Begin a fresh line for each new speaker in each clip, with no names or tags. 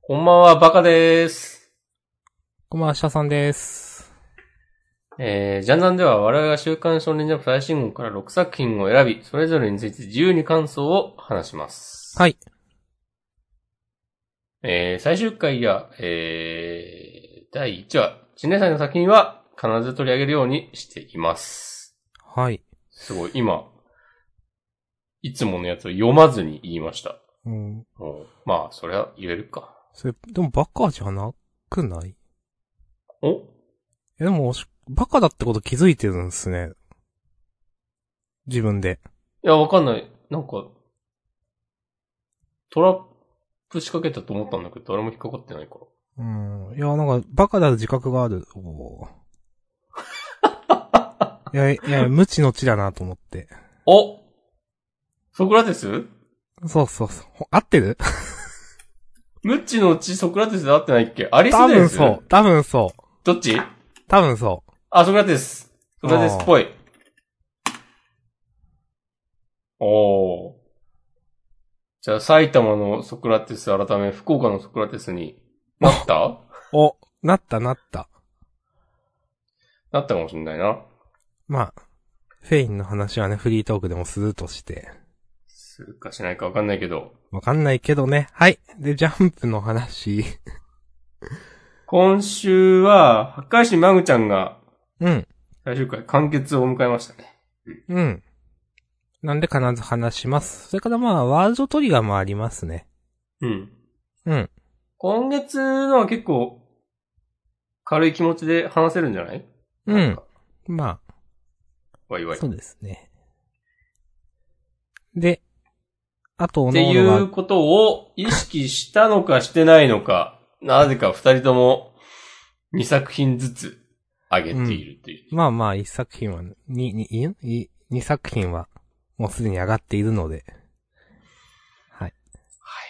こんばんは、バカでーす。
こんばんは、下さんです。
ジャンダンでは我々が週刊少年ジャンプ最新号から6作品を選び、それぞれについて自由に感想を話します。
はい。
最終回や、第1話、新年祭の作品は必ず取り上げるようにしています。
はい。
すごい、今、いつものやつを読まずに言いました。まあ、それは言えるか。
それ、でもバカじゃなくない？
お
でも、バカだってこと気づいてるんですね。自分で。
いや、わかんない。なんか、トラップ仕掛けたと思ったんだけど、誰も引っかかってないから。
いや、なんか、バカだと自覚がある。いや、無知の知だなと思って。
おソクラテス
そう。合ってる？
ムッチの血ソクラテスで合ってないっけ？アリス
多
です
分そう。多分そう。
どっち
多分そう。
あ、ソクラテス。ソクラテスっぽい。おー。じゃあ、埼玉のソクラテス改め、福岡のソクラテスになった
なった。
なったかもしんないな。
まあ、フェインの話はね、フリートークでもするとして。
するかしないかわかんないけど。
わかんないけどね。はい。で、ジャンプの話。
今週は、破壊神マグちゃんが、
うん。
最終回完結を迎えましたね。
うん。なんで必ず話します。それからまあ、ワールドトリガーもありますね。
うん。
うん。
今月のは結構、軽い気持ちで話せるんじゃない？
うん。まあ、
わいわい。
そうですね。で、あと、
っていうことを意識したのかしてないのか、なぜか二人とも2作品ずつ上げているという。
まあまあ、一作品は、二作品は、もうすでに上がっているので。はい。
はい。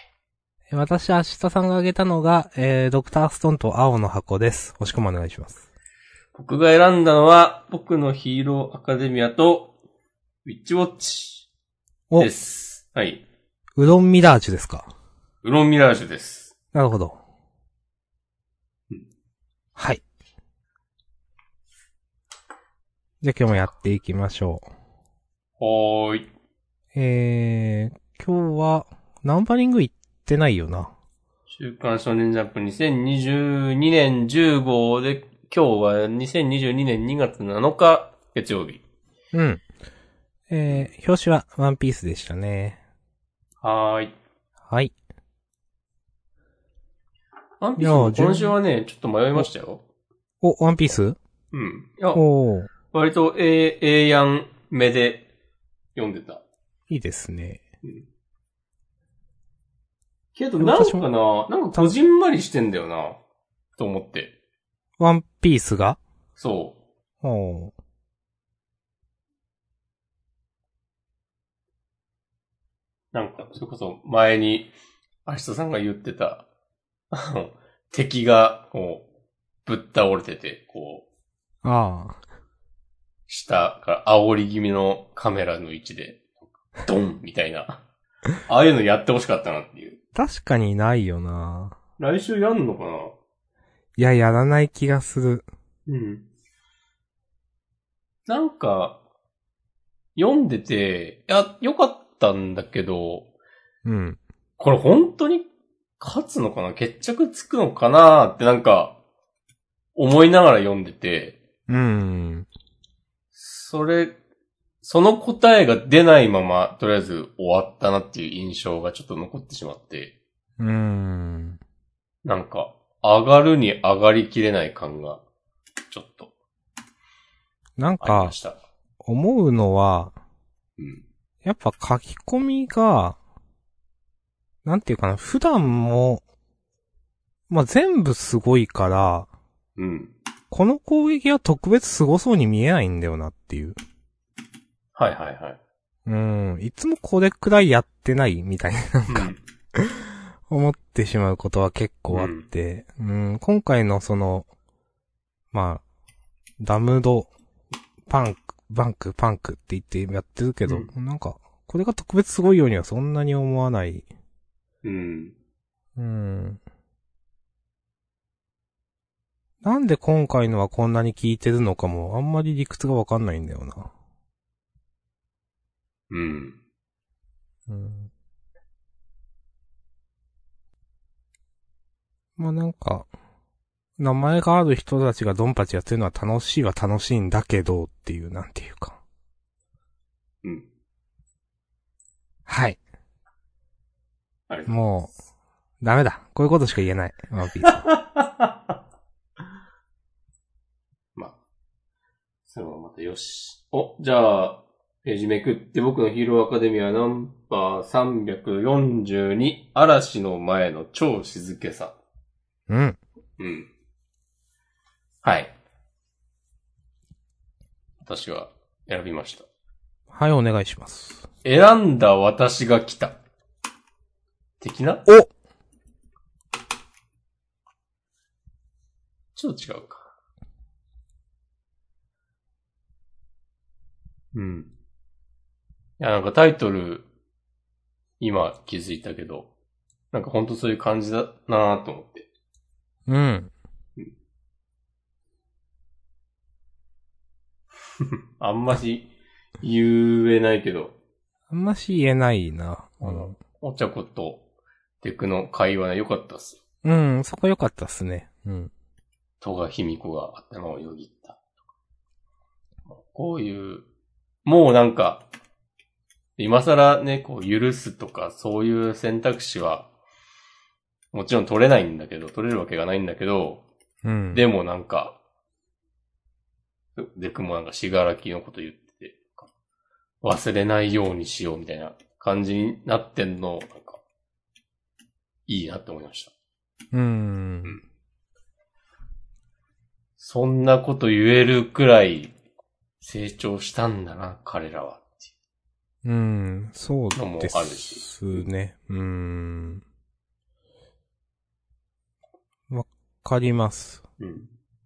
私、明日さんが挙げたのが、ドクターストーンと青の箱です。星駒お願いします。
僕が選んだのは、僕のヒーローアカデミアと、ウィッチウォッチです。はい。
うどんミラージュですか？
ウロンミラージュです。
なるほど。はい。じゃあ今日もやっていきましょ
はーい。
今日は、ナンバリング行ってないよな。
週刊少年ジャンプ2022年10号で、今日は2022年2月7日月曜日。
うん。表紙はワンピースでしたね。
はーい。
はい。
ワンピースも今週はね、ちょっと迷いましたよ。
ワンピース？
うん。いや、
おー。
割とやん目で読んでた。
いいですね。
うん。けどなんかなんかこじんまりしてんだよな、と思って。
ワンピースが？
そう。
おー。
なんか、それこそ前に、明日さんが言ってた、敵が、こう、ぶっ倒れてて、こう、
ああ。
下から煽り気味のカメラの位置で、ドンみたいな。ああいうのやってほしかったなっていう。
確かにないよな。
来週やんのかな？
いや、やらない気がする。
うん。なんか、読んでて、いや、良かったんだけど、
うん。
これ本当に勝つのかな？決着つくのかなってなんか、思いながら読んでて、その答えが出ないまま、とりあえず終わったなっていう印象がちょっと残ってしまって、なんか、上がるに上がりきれない感が、ちょっと、
なんか
ありまし、た。
思うのは、
うん。
やっぱ書き込みが、なんていうかな、普段も、まあ、全部すごいから、
うん。
この攻撃は特別すごそうに見えないんだよなっていう。
はいはいはい。
いつもこれくらいやってないみたいな、なんか、思ってしまうことは結構あって、今回のその、まあ、ダムド、バンクって言ってやってるけど、なんか、これが特別すごいようにはそんなに思わない。 なんで今回のはこんなに効いてるのかも、あんまり理屈がわかんないんだよな。
うん。
うん。まあなんか、名前がある人たちがドンパチやってるのは楽しいは楽しいんだけどっていう、なんていうか。
うん。
はい。
はい。
もう、ダメだ。こういうことしか言えない。ワンピースは。
まあ、それはまたよし。じゃあ、ページめくって僕のヒーローアカデミアナンバー342嵐の前の超静けさ。
うん。
うん。はい。私は選びました。
はい、お願いします。
選んだ私が来た。的な？
お
ちょっと違うか。うん。いや、なんかタイトル、今気づいたけど、なんかほんとそういう感じだなぁと思って。
うん。
あんまし言えないけど、
あんまし言えないな。
お茶子とテクの会話良かったっすよ。
うん、そこ良かったっすね。うん。
戸賀卑弥呼が頭をよぎった。こういう、もうなんか、今更ね、こう許すとかそういう選択肢は、もちろん取れないんだけど、取れるわけがないんだけど、
うん。
でもなんか、デクもなんか死柄木のこと言ってて、忘れないようにしようみたいな感じになってんの、なんか、いいなって思いました。
うん。
そんなこと言えるくらい成長したんだな、彼らは。
うん、そう
のも
で
あるし。
すね。わかります。
うん。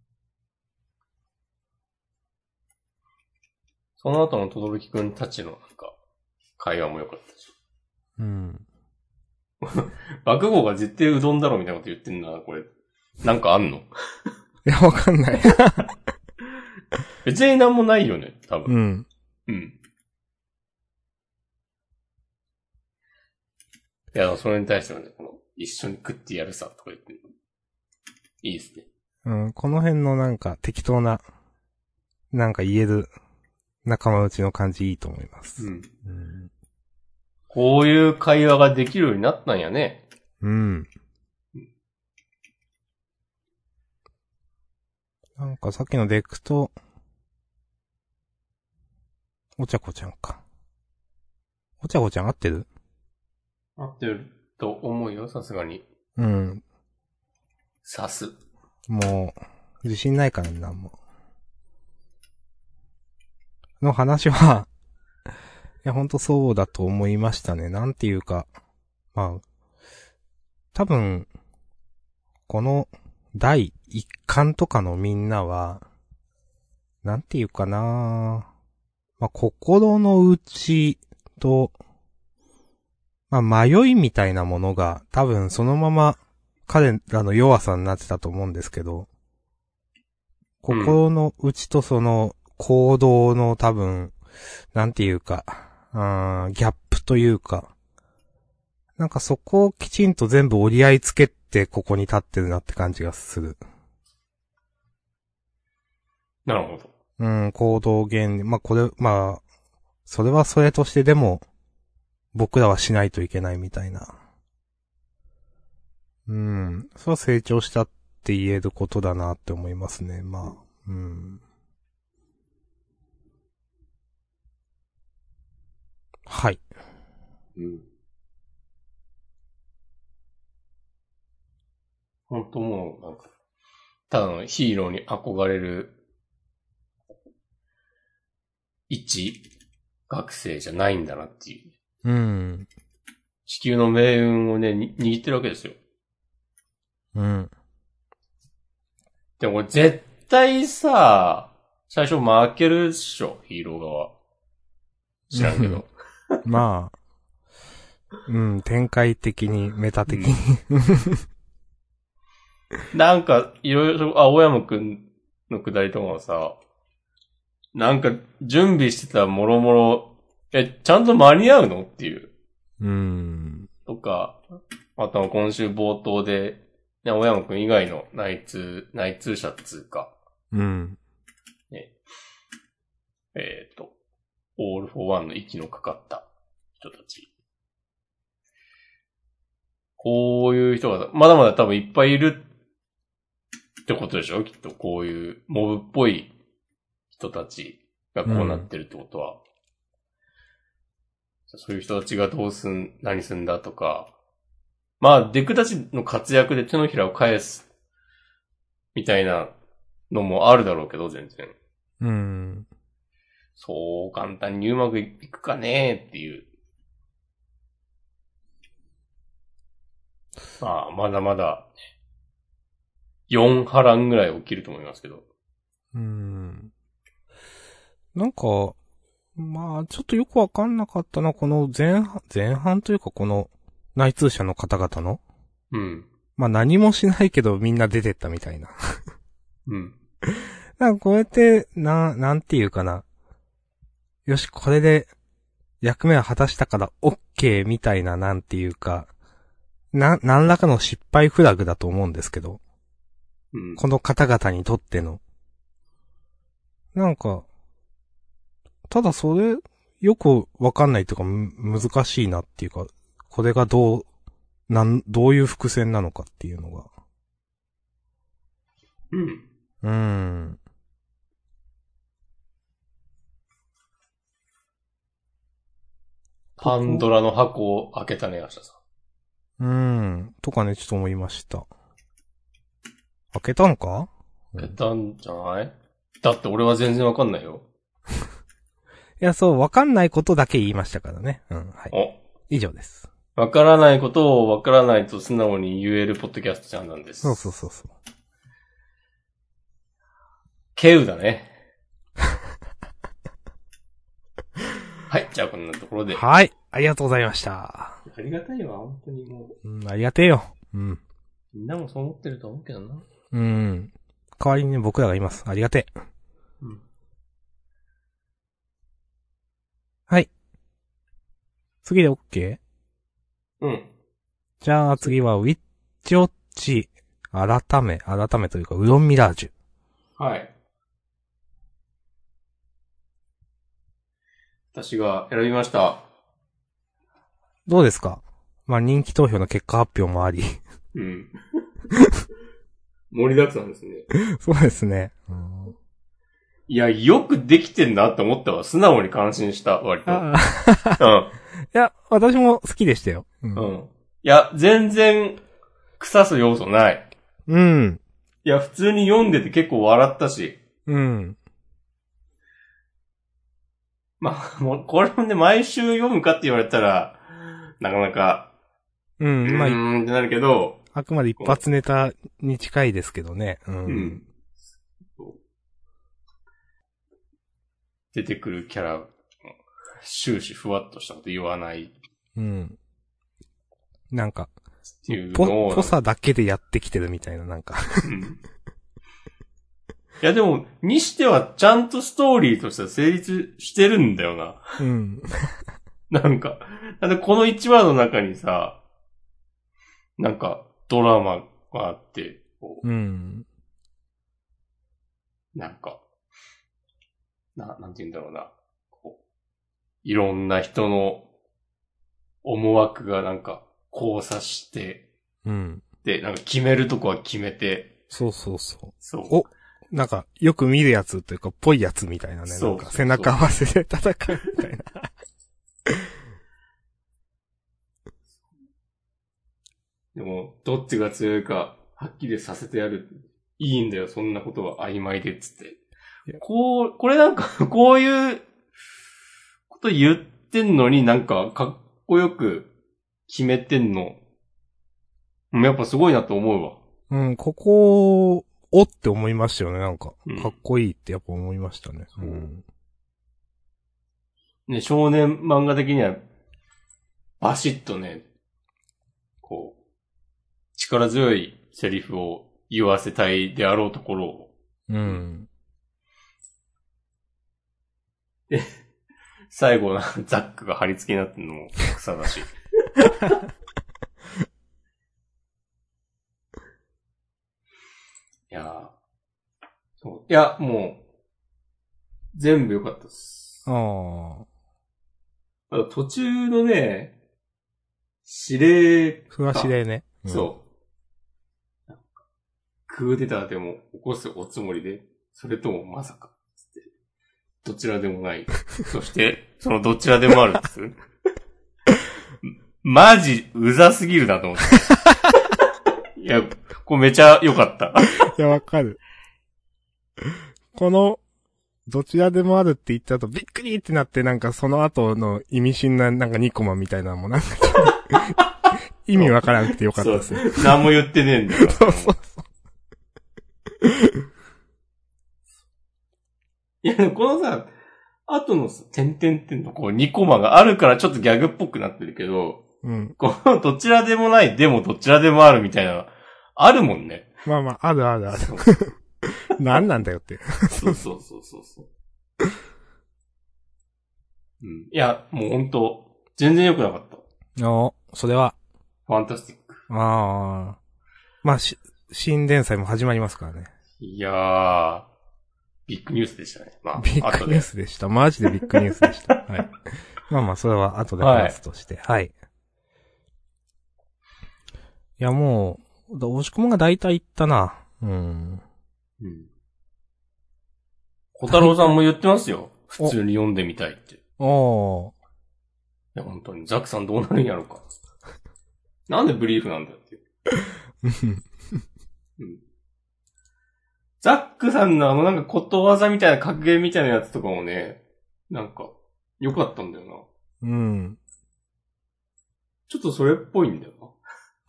その後のとどろきくんたちのなんか、会話も良かったし。
うん。
爆豪が絶対うどんだろみたいなこと言ってんな、これ。なんかあんの？
いや、わかんない。
別になんもないよね、多分。
うん。
うん。いや、それに対してはね、一緒に食ってやるさ、とか言ってる。いいですね。
うん、この辺のなんか適当な、なんか言える仲間内の感じいいと思います。
うん。
うん。
こういう会話ができるようになったんやね。
うん。なんかさっきのデクと、お茶子ちゃんか。お茶子ちゃん合ってる？
合ってると思うよ、さすがに。
うん。
さす。
もう、自信ないからな、もう。の話は、いや、ほんとそうだと思いましたね。なんていうか、まあ、多分、この第一巻とかのみんなは、なんていうかな、まあ、心の内と、まあ、迷いみたいなものが多分そのまま彼らの弱さになってたと思うんですけど、心の内とその行動の多分、なんていうか、ギャップというか、なんかそこをきちんと全部折り合いつけてここに立ってるなって感じがする。
なるほど。
行動原理。まあ、これ、まあ、それはそれとしてでも、僕らはしないといけないみたいな。それは成長したって言えることだなって思いますね。まあ、はい。
うん。本当もう、なんか、ただのヒーローに憧れる、一学生じゃないんだなっていう。地球の命運をね、握ってるわけですよ。でもこれ絶対さ、最初負けるっしょ、ヒーロー側。知らんけど。
まあ、展開的に、メタ的に。
なんか、いろいろ、青山くんのくだりとかもさ、なんか、準備してたもろもろ、ちゃんと間に合うのっていう。とか、あとは今週冒頭で、ね、青山くん以外の内通者っつうか、
うん。
ね、オールフォーワンの息のかかった人たち。こういう人が、まだまだ多分いっぱいいるってことでしょきっとこういうモブっぽい人たちがこうなってるってことは。そういう人たちが何すんだとか。まあ、デクたちの活躍で手のひらを返す、みたいなのもあるだろうけど、全然。そう簡単にうまくいくかねっていう。まあ、まだまだ、4波乱ぐらい起きると思いますけど。
なんか、まあ、ちょっとよくわかんなかったな、この前半というかこの内通者の方々の。まあ何もしないけどみんな出てったみたいな。なんかこうやって、なんていうかな。よし、これで役目は果たしたから OK みたいななんていうか、何らかの失敗フラグだと思うんですけど。この方々にとっての。なんか、ただそれ、よくわかんないというか難しいなっていうか、これがどういう伏線なのかっていうのが。
パンドラの箱を開けたね、明日さ
ん。とかね、ちょっと思いました。開けたんか？
開けたんじゃない？だって俺は全然わかんないよ。
いや、そう、わかんないことだけ言いましたからね。はい。以上です。
わからないことをわからないと素直に言えるポッドキャストチャンネルです。
そう。
ケウだね。はい、じゃあこんなところで。
はい、ありがとうございました。
ありがたいわ、本当にも
う。ありがてえよ。み
んなもそう思ってると思うけどな。
代わりにね、僕らがいます。ありがてえ。はい。次で OK？ じゃあ次はウィッチウォッチ、改めというか、ウロンミラージュ。
はい。私が選びました。
どうですか？まあ人気投票の結果発表もあり。
盛りだくさんですね。
そうですね。
いや、よくできてんなって思ったわ。素直に感心した、割と。い
や、私も好きでしたよ。
いや、全然、腐す要素ない。いや、普通に読んでて結構笑ったし。まあ、もう、これもね、毎週読むかって言われたら、なかなか、まあ、ってなるけど。
あくまで一発ネタに近いですけどね。
出てくるキャラ、終始ふわっとしたこと言わない。
なんか、
っていうのを
ぽさだけでやってきてるみたいな、なんか
いやでも、にしてはちゃんとストーリーとしては成立してるんだよな。なんか、この1話の中にさ、なんか、ドラマがあって、なんか、なんて言うんだろうな。いろんな人の思惑がなんか交差して、で、なんか決めるとこは決めて。
そう。なんか、よく見るやつというか、ぽいやつみたいなね。なんか、背中合わせで戦うみたいな。
でも、どっちが強いか、はっきりさせてやる。いいんだよ、そんなことは曖昧でっつって。これなんか、こういうこと言ってんのになんか、かっこよく決めてんの。やっぱすごいなと思うわ。
ここ、おって思いましたよね、なんか。かっこいいってやっぱ思いましたね。
ね、少年漫画的には、バシッとね、こう、力強いセリフを言わせたいであろうところを。
うん。
で、最後ザックが貼り付けになってるのも草だし。いやそう。いや、もう、全部良かったです。
あ
あと途中のね、指令。
ふわ指令ね。
うん、そう。クーデターでも起こすおつもりで、それともまさか。どちらでもない。そして、そのどちらでもあるんです。マジ、うざすぎるなと思って。いや、これめちゃ良かった。
いや、わかる。この、どちらでもあるって言った後、びっくりってなって、なんかその後の意味深な、なんか2コマみたいなのもなんか、意味わからなくてよかったですね。
何も言ってねえんだよ。
そうそうそう。
いや、このさ、後の点々のこう2コマがあるからちょっとギャグっぽくなってるけど、
うん。
このどちらでもない、でもどちらでもあるみたいな、あるもんね。
まあまあ、あるあるある。何なんだよって。
そうそうそうそうそう。うん。いや、もうほんと、全然良くなかった。
それは。
ファンタスティック。
ああ。まあ、新連載も始まりますからね。
いやー、ビッグニュースでしたね。まあ、
ビッグニュースでした。マジでビッグニュースでした。はい。まあまあ、それは後で話すとして。はい。いや、もう、押し込むが大体言ったな。うん。
小太郎さんも言ってますよ。普通に読んでみたいって。
おー。
いや、本当に。ザックさんどうなるんやろうか。なんでブリーフなんだよって。うん、ザックさんのなんかことわざみたいな格言みたいなやつとかもね、なんか、良かったんだよな。
うん。
ちょっとそれっぽいんだよな。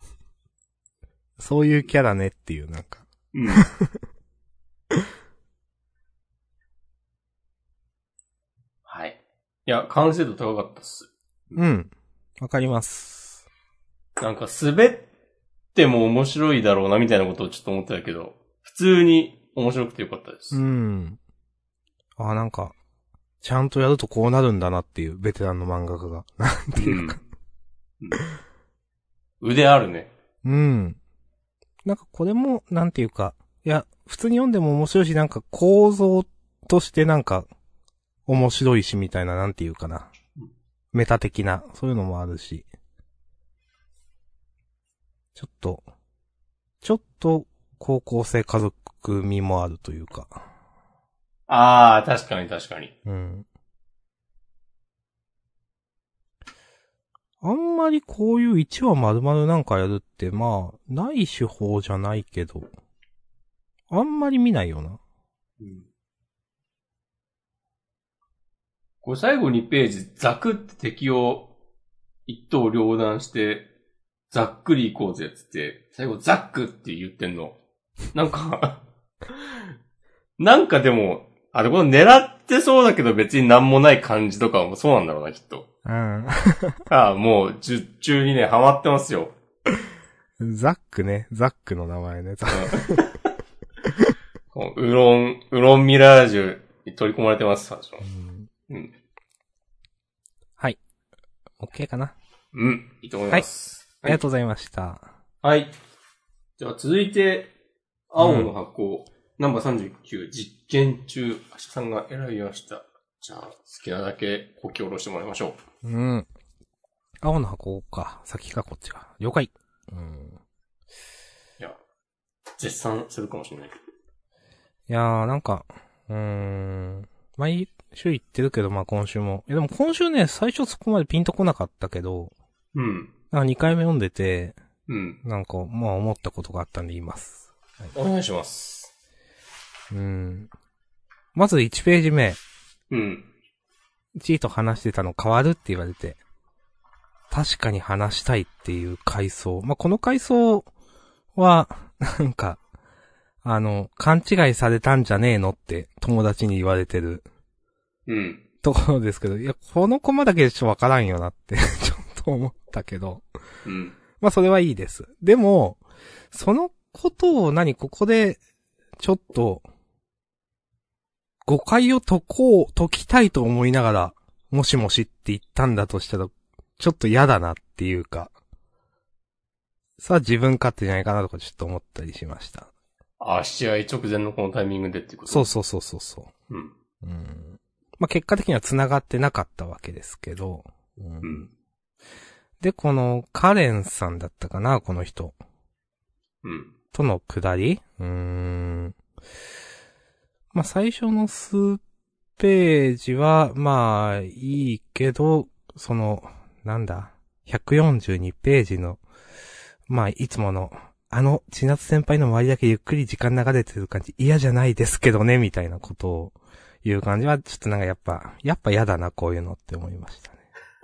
そういうキャラねっていう、なんか。
うん。はい。いや、完成度高かったっす。
うん。わかります。
なんか滑っても面白いだろうなみたいなことをちょっと思ってたけど、普通に面白くてよかったです。
うん。なんか、ちゃんとやるとこうなるんだなっていうベテランの漫画家が。なんていうか、
腕あるね。
うん。なんかこれも、なんていうか、いや、普通に読んでも面白いし、なんか構造としてなんか、面白いしみたいな、なんていうかな。メタ的な、そういうのもあるし。ちょっと、高校生家族味もあるというか。
ああ、確かに確かに。
うん。あんまりこういう1話丸々なんかやるって、まあ、ない手法じゃないけど、あんまり見ないよな。
うん。これ最後2ページ、ザクって敵を一刀両断して、ざっくり行こうぜっつって、最後ザックって言ってんの。なんかなんかでも、この狙ってそうだけど別になんもない感じとかもそうなんだろうな、きっと。
うん。
もう、術中にね、ハマってますよ。
ザックね。ザックの名前ね。
ウロンミラージュに取り込まれてます、うん。
はい。OK かな。
うん。いいと思います。
はい。ありがとうございました。
はい。じゃあ続いて、青の箱、ナンバー39、実験中、明日さんが選びました。じゃあ、好きなだけこき下ろしてもらいましょう。
うん。青の箱か。先かこっちか。了解。うん。
いや、絶賛するかもしれない。
いやー、なんか、毎週言ってるけど、まあ今週も。いやでも今週ね、最初そこまでピンとこなかったけど、
うん。
なんか2回目読んでて、
うん。
なんか、まあ思ったことがあったんで言います。
はい、お願いします。
まず1ページ目。
うん。
チーと話してたの変わるって言われて。確かに話したいっていう回想。まあ、この回想は、なんか、勘違いされたんじゃねえのって友達に言われてる。
うん。
ところですけど、いや、このコマだけでちょっとわからんよなってちょっと思ったけど。
うん。
まあ、それはいいです。でも、そのことをここで、ちょっと、誤解を解きたいと思いながら、もしもしって言ったんだとしたら、ちょっと嫌だなっていうか、さあ自分勝手じゃないかなとかちょっと思ったりしました。
あ、試合直前のこのタイミングでっていうこと
そう。
うん。
まあ、結果的には繋がってなかったわけですけど。で、このカレンさんだったかな、この人。との下りまあ、最初の数ページは、まあ、いいけど、142ページの、まあ、いつもの、千夏先輩の周りだけゆっくり時間流れてる感じ、嫌じゃないですけどね、みたいなことを言う感じは、ちょっとやっぱ嫌だな、こういうのって思いましたね。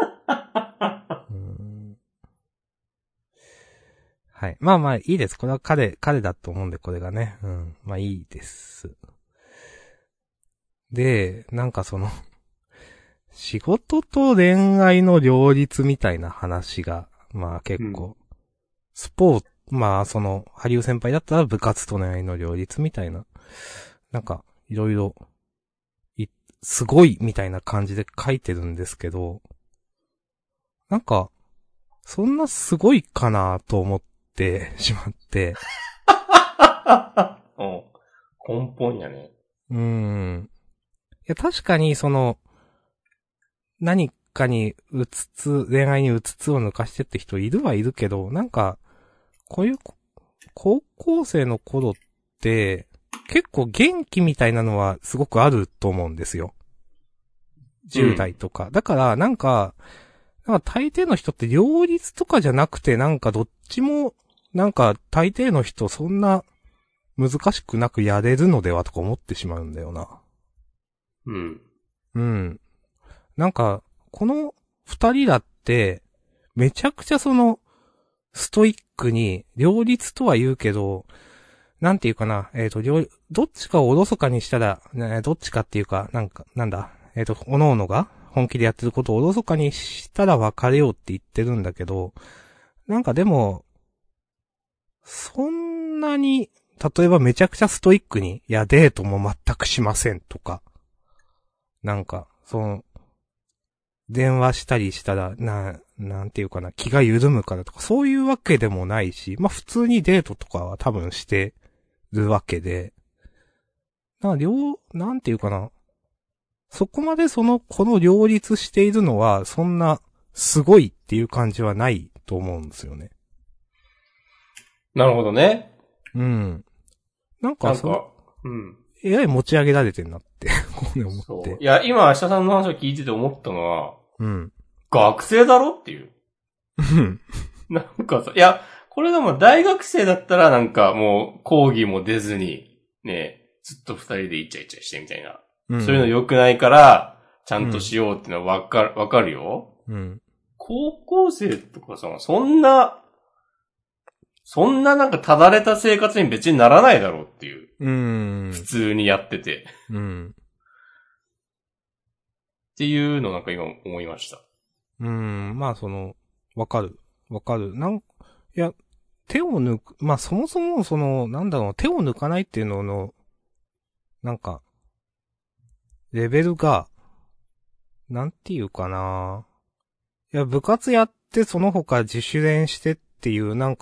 はい。まあいいです。これは彼だと思うんで、これがね。まあいいです。で、仕事と恋愛の両立みたいな話が、まあ結構、まあハリウ先輩だったら部活と恋愛の両立みたいな、いろいろ、すごいみたいな感じで書いてるんですけど、そんなすごいかなと思ってしまって。
根本やね。
いや、確かに何かに恋愛にうつつを抜かしてって人いるはいるけど、こういう高校生の頃って、結構元気みたいなのはすごくあると思うんですよ。10代とか。だから大抵の人って両立とかじゃなくてどっちも大抵の人そんな難しくなくやれるのではとか思ってしまうんだよな。この二人だってめちゃくちゃストイックに両立とは言うけど、なんていうかな、どっちかをおろそかにしたら、どっちかっていうか、各々が本気でやってることをおろそかにしたら別れようって言ってるんだけど、でも、そんなに、例えばめちゃくちゃストイックに、いや、デートも全くしませんとか、電話したりしたら、なんていうかな、気が緩むからとか、そういうわけでもないし、まあ普通にデートとかは多分してるわけで、なんていうかな、そこまでこの両立しているのは、そんな、すごいっていう感じはないと思うんですよね。
なるほどね。
えらい持ち上げられてんなって、こうね思って。
いや、今、明日さんの話を聞いてて思ったのは、学生だろっていう。いや、これがもう大学生だったらもう講義も出ずに、ね、ずっと二人でイチャイチャしてみたいな。そういうの良くないから、ちゃんとしようっていうのはわかるよ。高校生とかさ、そんなただれた生活に別にならないだろうっていう。普通にやってて。っていうの今思いました。
まあわかる。いや、手を抜く、まあそもそも手を抜かないっていうのの、レベルが、なんていうかな。いや、部活やってその他自主練してっていうなん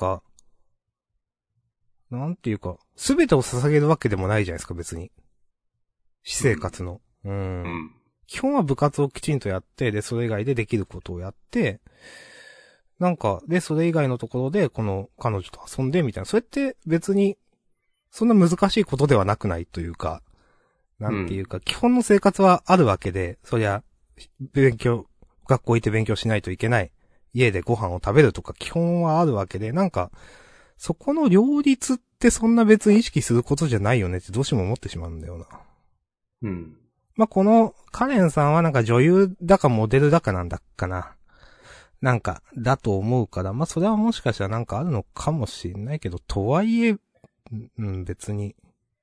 ていうか、すべてを捧げるわけでもないじゃないですか、別に。私生活の。基本は部活をきちんとやって、で、それ以外でできることをやって、で、それ以外のところで、この彼女と遊んで、みたいな。それって別に、そんな難しいことではなくないというか、なんていうか、基本の生活はあるわけで、そりゃ、学校行って勉強しないといけない。家でご飯を食べるとか基本はあるわけで、そこの両立ってそんな別に意識することじゃないよねってどうしても思ってしまうんだよな。まあ、このカレンさんは女優だかモデルだかなんだっかな。だと思うから、まあ、それはもしかしたらあるのかもしれないけど、とはいえ、別に、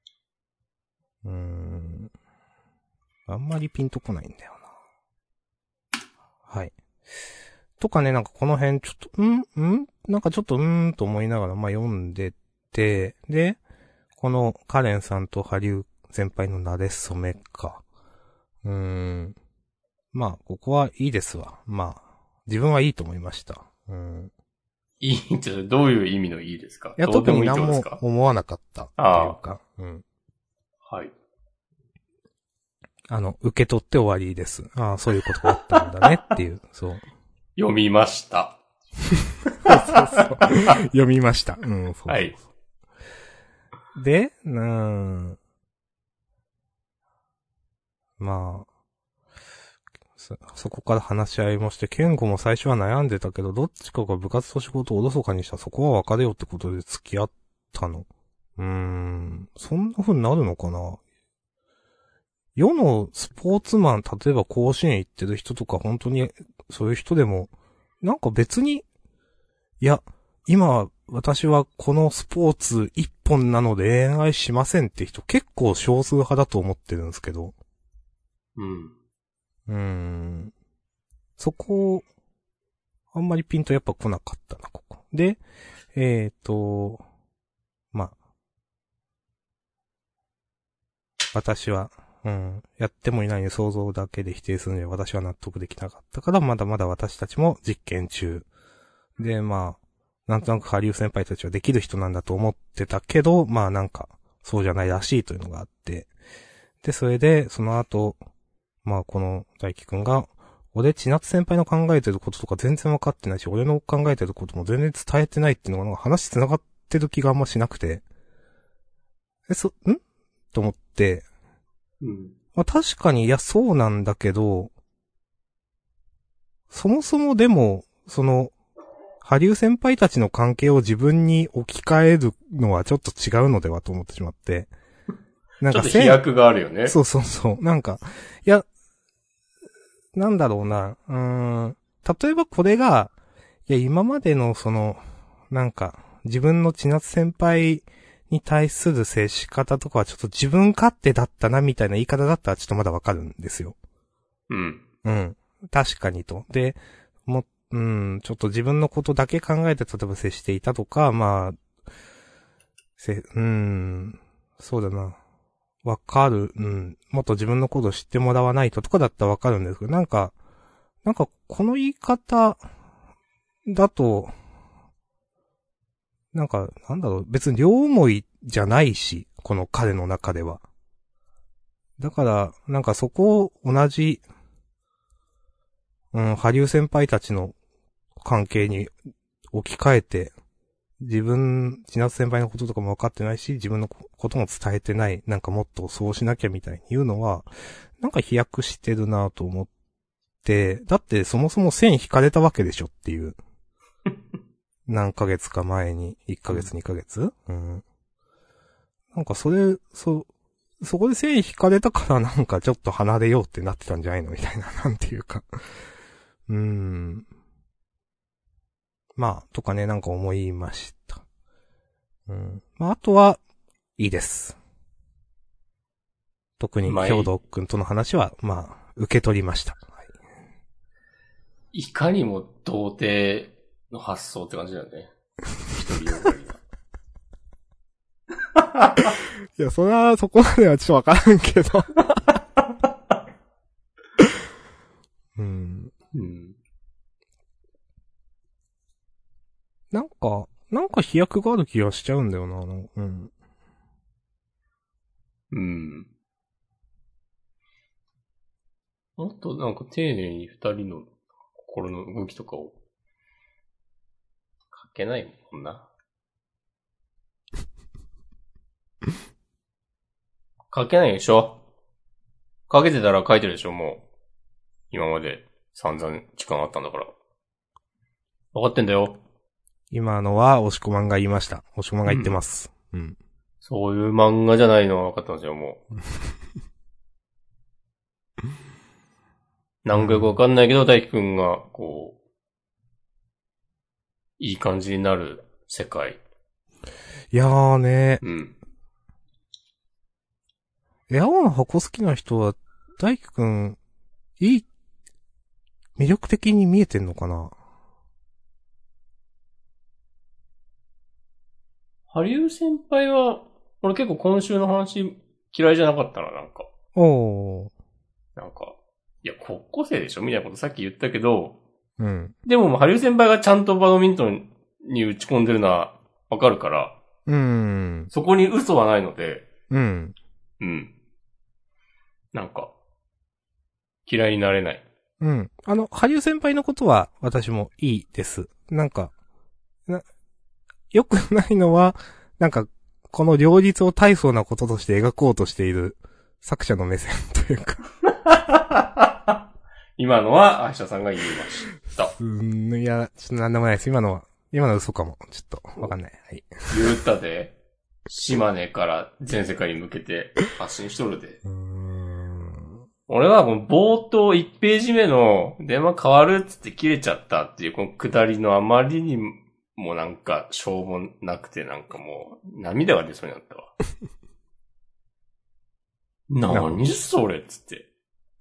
あんまりピンとこないんだよな。はい。とかね、この辺ちょっと、ちょっとと思いながら、まあ、読んでて、で、このカレンさんとハリュー先輩の馴れ初めか。まあ、ここはいいですわ。まあ、自分はいいと思いました。
いいって、どういう意味のいいですか？
いや、
どうでもいいって
特に何も
ことですか？
思わなかったっていうか、
はい。
受け取って終わりです。ああ、そういうことがあったんだねっていう、そう。
読みました。
そうそうそう。読みました。そうそうそう。
はい。
で、まあ、そこから話し合いもして、ケンゴも最初は悩んでたけど、どっちかが部活と仕事をおろそかにしたらそこは別れようってことで付き合ったの。そんな風になるのかな？世のスポーツマン、例えば甲子園行ってる人とか本当にそういう人でも、なんか別に、いや、今私はこのスポーツ一本なので恋愛しませんって人結構少数派だと思ってるんですけど。そこ、あんまりピンとやっぱ来なかったな、ここ。で、まあ、私は、やってもいない想像だけで否定するには私は納得できなかったから、まだまだ私たちも実験中。で、まあ、なんとなくハリウ先輩たちはできる人なんだと思ってたけど、まあなんか、そうじゃないらしいというのがあって。で、それで、その後、まあこの大輝くんが、俺、千夏先輩の考えてることとか全然わかってないし、俺の考えてることも全然伝えてないっていうのが、なんか話繋がってる気があんましなくて。と思って、まあ確かに、いや、そうなんだけど、そもそもでも、ハリウ先輩たちの関係を自分に置き換えるのはちょっと違うのではと思ってしまって。
なんかちょっと飛躍があるよね。
そうそうそう。なんか、いや、なんだろうな。例えばこれが、いや、今までのなんか、自分の千夏先輩に対する接し方とかはちょっと自分勝手だったなみたいな言い方だったらちょっとまだわかるんですよ。確かにと。で、ちょっと自分のことだけ考えて例えば接していたとか、まあ、そうだな。わかる。もっと自分のことを知ってもらわないととかだったらわかるんですけど、なんか、この言い方だと、なんか、なんだろう、別に両思いじゃないし、この彼の中では。だから、なんかそこを同じ、ハリウ先輩たちの関係に置き換えて、千夏先輩のこととかも分かってないし、自分のことも伝えてない、なんかもっとそうしなきゃみたいに言うのは、なんか飛躍してるなと思って、だってそもそも線引かれたわけでしょっていう。何ヶ月か前に、1ヶ月2ヶ月なんかそこで線引かれたからなんかちょっと離れようってなってたんじゃないのみたいな、なんていうか。まあ、とかね、なんか思いました。まあ、あとは、いいです。特に、兵道くんとの話は、まあ、受け取りました。
いかにも童貞の発想って感じだよね。一人よがりが。
いや、そこまではちょっとわからんけど。なんか飛躍がある気がしちゃうんだよな、
もっとなんか丁寧に二人の心の動きとかを書けないもんな。書けないでしょ？書けてたら書いてるでしょ、もう。今まで散々時間あったんだから。わかってんだよ。
今のは、押し込まんが言いました。押し込まんが言ってます。
そういう漫画じゃないのは分かってますよ、もう。何回か分かんないけど、大輝くんが、こう、いい感じになる世界。
いやーね。青の箱好きな人は、大輝くん、魅力的に見えてんのかな？
ハリウ先輩は、俺結構今週の話嫌いじゃなかったな、なんか。
おー。
なんか、いや、高校生でしょみたいなことさっき言ったけど、
うん。
でも、ハリウ先輩がちゃんとバドミントンに打ち込んでるのはわかるから、そこに嘘はないので、
うん。
なんか、嫌いになれない。
うん。ハリウ先輩のことは私もいいです。なんか、良くないのは、なんか、この両立を大層なこととして描こうとしている作者の目線というか。
今のは、アイシャさんが言いました。
いや、ちょっとなんでもないです。今のは嘘かも。ちょっと、わかんない。はい。
言ったで、島根から全世界に向けて発信しとるで。俺はこの冒頭1ページ目の電話変わるっつって切れちゃったっていうこのくだりのあまりにもなんかしょうもなくてなんかもう涙が出そうになったわ。何それっつって。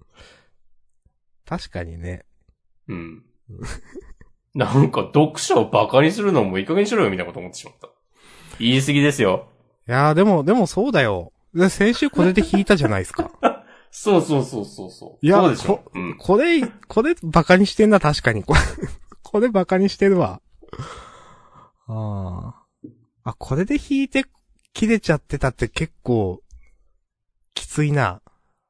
確かにね。
うん。なんか読者をバカにするのもいい加減にしろよみたいなこと思ってしまった。言い過ぎですよ。
いやーでもそうだよ。先週これで弾いたじゃないですか。
そう。
いや、
そうでしょ。
これバカにしてんな、確かに。これバカにしてるわ。これで弾いて切れちゃってたって結構、きついな。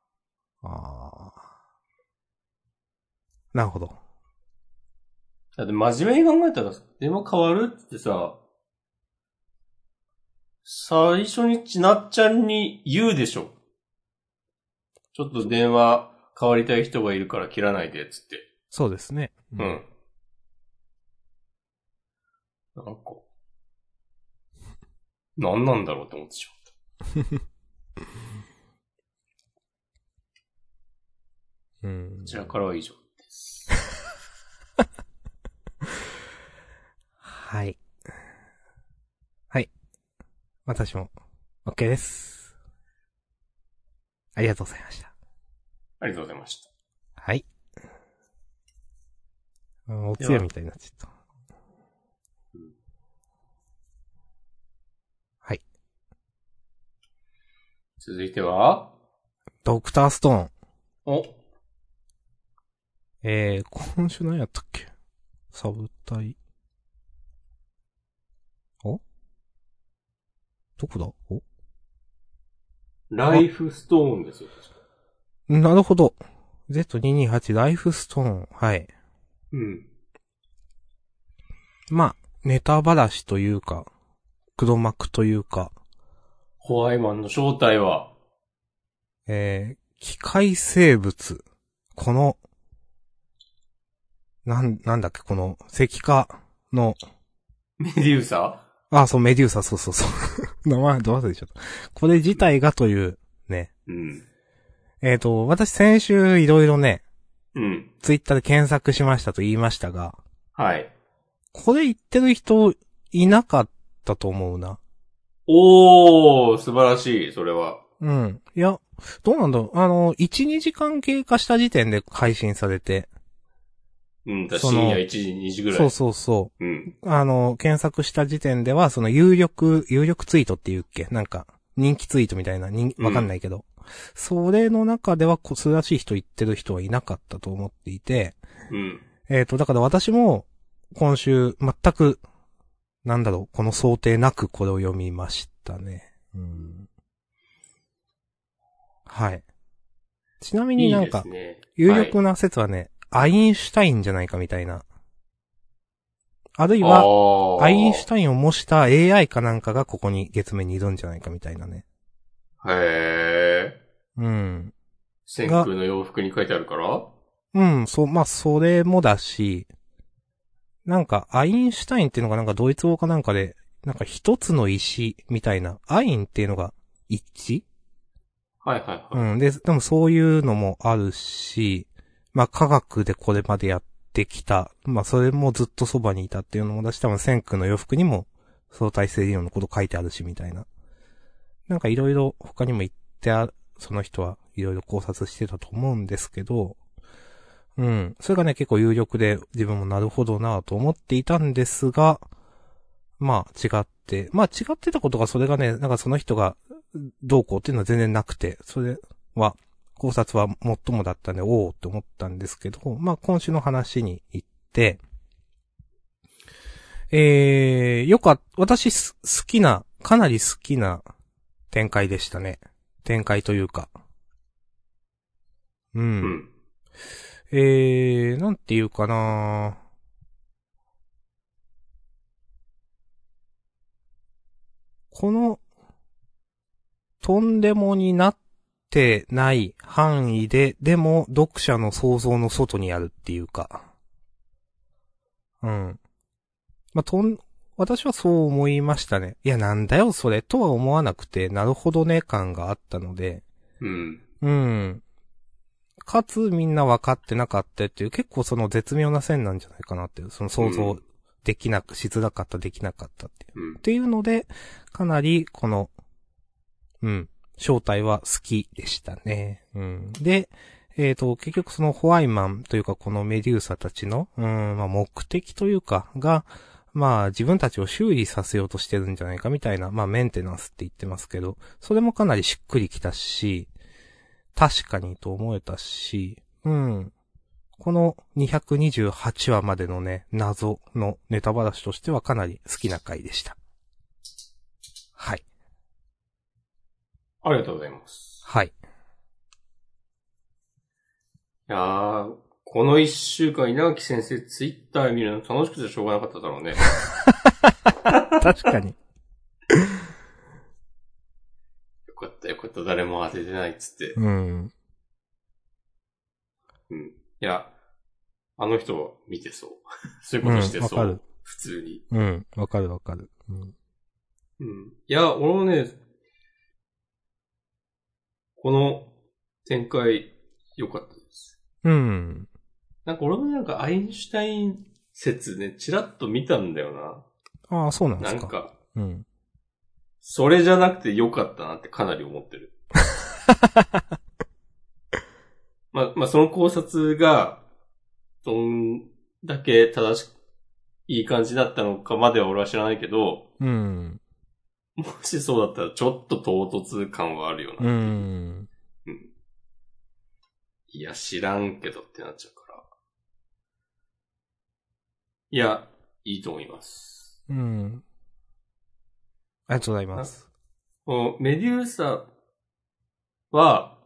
なるほど。
だって真面目に考えたら、電話変わるってさ、最初にちなっちゃんに言うでしょ。ちょっと電話変わりたい人がいるから切らないで、つって。
そうですね。
うん。なんか、何なんだろうって思ってしまった。こちらからは以上です。
はい。はい。私も、OK です。ありがとうございました。
ありがとうございました。
はい。おつやみたいになっちゃった。はい。
続いては
ドクターストーン。
お。
今週何やったっけ？サブタイ。お？どこだ？お？
ライフストーンですよ、確か。
なるほど。Z228 ライフストーン。はい。
うん。
まあ、ネタばらしというか、黒幕というか。
ホワイマンの正体は
機械生物。この、なんだっけ、この、石化の。
メデューサ？
そう、メデューサ、そう。名前どう忘れちゃった。これ自体がという、ね。
うん。
私先週いろいろね、
うん。
ツイッターで検索しましたと言いましたが。
はい。
これ言ってる人いなかったと思うな。
素晴らしい、それは。
うん。いや、どうなんだろう。1、2時間経過した時点で配信されて。
うん、深夜1時、2時ぐらい。
そう。
うん。
検索した時点では、その有力ツイートっていうっけなんか、人気ツイートみたいな、わかんないけど。それの中では、素晴らしい人言ってる人はいなかったと思っていて。
うん。
だから私も、今週、全く、この想定なくこれを読みましたね。はい。ちなみになんか、有力な説はね、アインシュタインじゃないかみたいな。あるいは、アインシュタインを模した AI かなんかがここに月面にいるんじゃないかみたいなね。
へー。
うん。
千空の洋服に書いてあるから？
うん、それもだし、なんか、アインシュタインっていうのがなんかドイツ語かなんかで、なんか一つの石みたいな、アインっていうのが一致？
はい。
うん。でもそういうのもあるし、科学でこれまでやってきた。それもずっとそばにいたっていうのもだし、多分千空の洋服にも相対性理論のこと書いてあるし、みたいな。なんかいろいろ他にも言ってその人はいろいろ考察してたと思うんですけど、うん。それがね、結構有力で自分もなるほどなぁと思っていたんですが、 まあ違って、まあ違ってたことがそれがね、なんかその人がどうこうっていうのは全然なくて、それは、考察は最もだったんで、おーって思ったんですけど、まあ今週の話に行って、私好きな、かなり好きな展開でしたね。展開というか。うん。なんていうかなこの、とんでもになってない範囲で、でも読者の想像の外にあるっていうか。うん。まあ、私はそう思いましたね。いや、なんだよ、それ、とは思わなくて、なるほどね、感があったので。
うん。
うん。かつ、みんな分かってなかったっていう、結構その絶妙な線なんじゃないかなっていう、その想像できなく、しづらかった、できなかったっていう。っていうので、かなり、この、正体は好きでしたね。で、結局そのホワイマンというかこのメデューサたちの、まあ、目的というかが、まあ自分たちを修理させようとしてるんじゃないかみたいな、まあメンテナンスって言ってますけど、それもかなりしっくりきたし、確かにと思えたし、この228話までのね、謎のネタバラシとしてはかなり好きな回でした。はい。
ありがとうございます。
はい。い
やー、この一週間稲垣先生ツイッター見るの楽しくてしょうがなかっただろうね。
確かに。
よかったよかった、誰も当ててないっつって。いや、あの人見てそう。そういうことしてそう。
わかる。
普通に。
わかるわかる。
いや、俺もね、この展開良かったです。なんか俺もなんかアインシュタイン説ね、ちらっと見たんだよな。
ああ、そうなんですか。
なんか、それじゃなくて良かったなってかなり思ってる。まあ、その考察が、どんだけ正しく、いい感じだったのかまでは俺は知らないけど、もしそうだったらちょっと唐突感はあるよなっていう。いや、知らんけどってなっちゃうから。いや、いいと思います。
ありがとうございます。
メデューサは、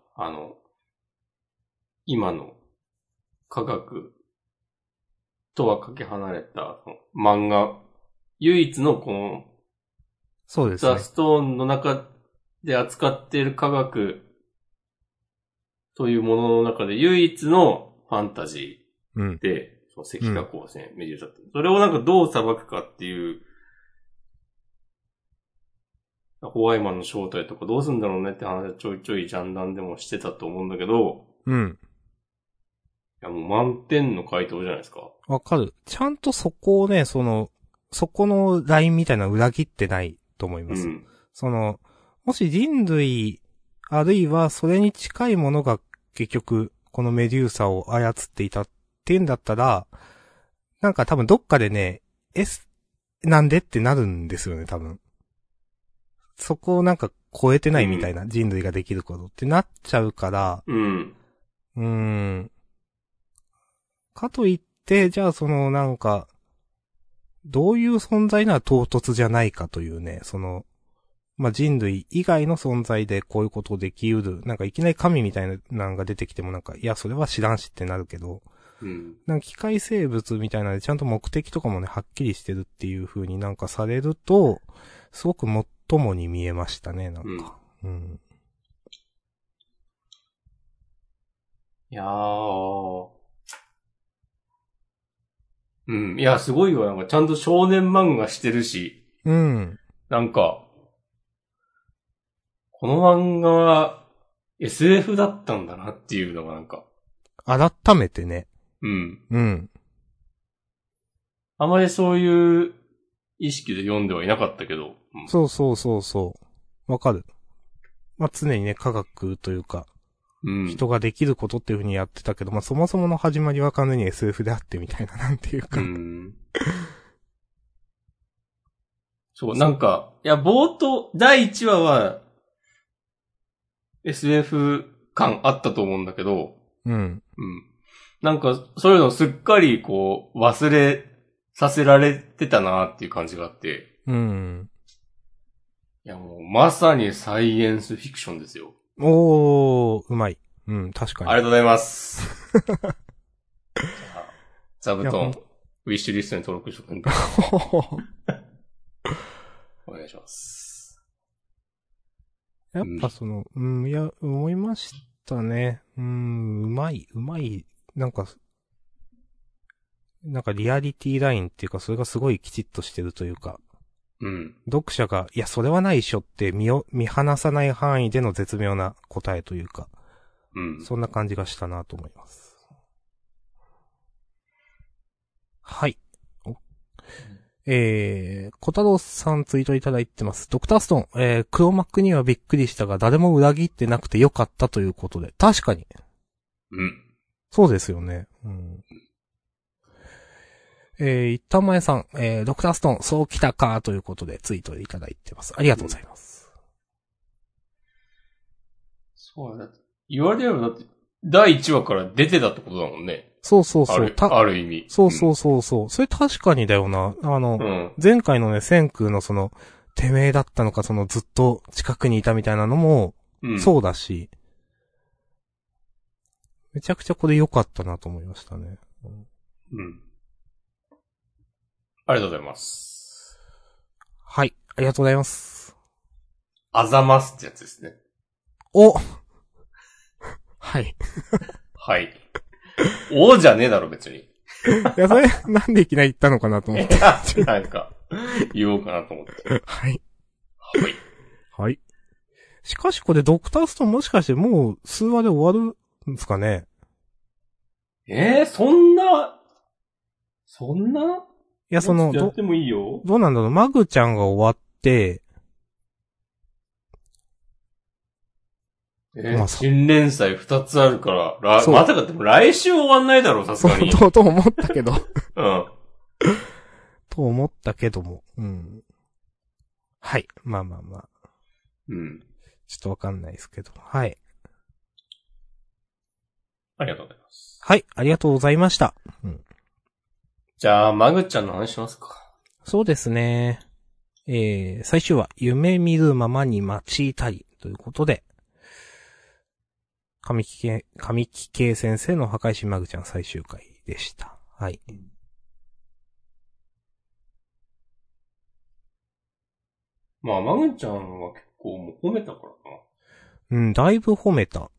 今の科学とはかけ離れた漫画、唯一のこの、
そうですね。
ザ・ストーンの中で扱っている科学というものの中で唯一のファンタジーで、その石化光線、メデューサって。それをなんかどう裁くかっていう、ホワイマンの正体とかどうするんだろうねって話はちょいちょいジャンダンでもしてたと思うんだけど、いやもう満点の回答じゃないですか。
わかる。ちゃんとそこをね、そこのラインみたいなの裏切ってないと思います。もし人類、あるいはそれに近いものが結局、このメデューサを操っていたっていうんだったら、なんか多分どっかでね、なんでってなるんですよね、多分。そこをなんか超えてないみたいな、人類ができることってなっちゃうから、かといって、じゃあなんか、どういう存在なら唐突じゃないかというね、まあ、人類以外の存在でこういうことできうる、なんかいきなり神みたいなのが出てきてもなんか、いや、それは知らんしってなるけど、なんか機械生物みたいなのでちゃんと目的とかもね、はっきりしてるっていう風になんかされると、すごくもっともに見えましたね、なんか。
いやー。いや、すごいよ。なんかちゃんと少年漫画してるし。なんか、この漫画は SF だったんだなっていうのがなんか。
改めてね。
あまりそういう意識で読んではいなかったけど。
そう。わかる。まあ、常にね、科学というか、人ができることっていう風にやってたけど、まあ、そもそもの始まりは完全に SF であってみたいな、なんていうか
そう、なんか、いや、冒頭、第1話は、SF 感あったと思うんだけど、
うん。
うん。なんか、そういうのすっかりこう、忘れさせられてたなっていう感じがあって。
うん。
いやもう、まさにサイエンスフィクションですよ。
おー、うまい。うん、確かに。
ありがとうございます。じゃあ、座布
いや
団、ウィッシュリストに登録しとくんで。お願いします。
やっぱいや、思いましたね。うまい。なんかリアリティラインっていうか、それがすごいきちっとしてるというか、
うん。
読者が、いや、それはないっしょって見放さない範囲での絶妙な答えというか、
うん。
そんな感じがしたなと思います。はい。小太郎さんツイートいただいてます。ドクターストーン、黒幕にはびっくりしたが、誰も裏切ってなくてよかったということで。確かに。
うん。
そうですよね。うん。板前さん、ドクターストーン、そう来たか、ということでツイートいただいてます。ありがとうございます。
そうだ。言われればだって、第1話から出てたってことだもんね。
そうそうそう。
ある意味。
そうそうそうそう。それ確かにだよな。前回のね、千空のてめえだったのか、ずっと近くにいたみたいなのも、そうだし、めちゃくちゃこれ良かったなと思いましたね。
うん。ありがとうございます。
はい、ありがとうございます。
あざますってやつですね。
おはい。
はい。おじゃねえだろ、別に。い
や、それ、なんでいきなり言ったのかなと思って。
なんか、言おうかなと思って。
はい。
はい。
はい。しかしこれドクターストーンもしかしてもう数話で終わるんですかね？
そんない
や、
やってもいいよ。
どうなんだろう、マグちゃんが終わって、
新連載2つあるから、まさかでも来週終わんないだろう、さすがに。
と思ったけど。
うん。
と思ったけども。うん。はい。まあまあまあ。
うん。
ちょっとわかんないですけど。はい。
ありがとうございます。
はい。ありがとうございました。うん。
じゃあ、マグちゃんの話しますか。
そうですね。最終話、夢見るままに待ちたりということで、神木系先生の破壊神マグちゃん最終回でした。はい。
まあ、マグちゃんは結構もう褒めたからな。
うん、だいぶ褒めた。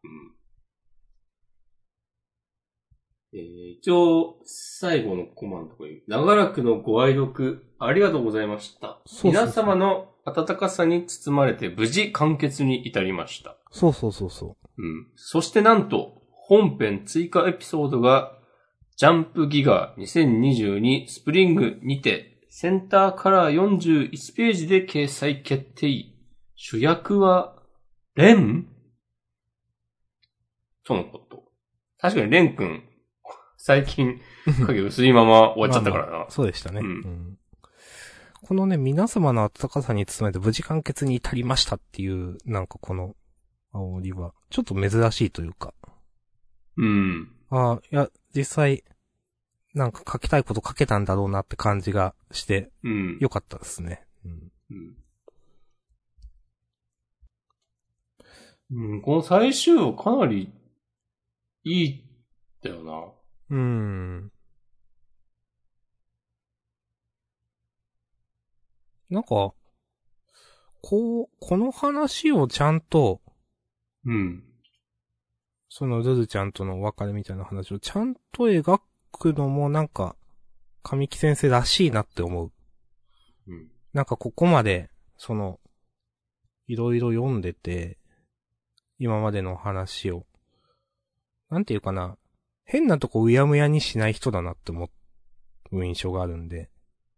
一応、最後のコマのところに、長らくのご愛読、ありがとうございました。そう皆様の温かさに包まれて無事完結に至りました。
そうそうそうそう。
うん。そしてなんと、本編追加エピソードが、ジャンプギガ2022スプリングにて、センターカラー41ページで掲載決定。主役は、レンとのこと。確かにレン君、最近、影薄いまま終わっちゃったからな。
まあ、そうでしたね。
うん。
このね、皆様の温かさに包まれて無事完結に至りましたっていう、なんかこの、煽りは、ちょっと珍しいというか。
うん。
いや、実際、なんか書きたいこと書けたんだろうなって感じがして、
うん。
よかったですね。
うん。この最終話かなり、いい、だよな。
なんか、この話をちゃんと、ルルちゃんとのお別れみたいな話をちゃんと描くのもなんか、神木先生らしいなって思う。なんかここまで、いろいろ読んでて、今までの話を、なんていうかな、変なとこうやむやにしない人だなって思う印象があるんで。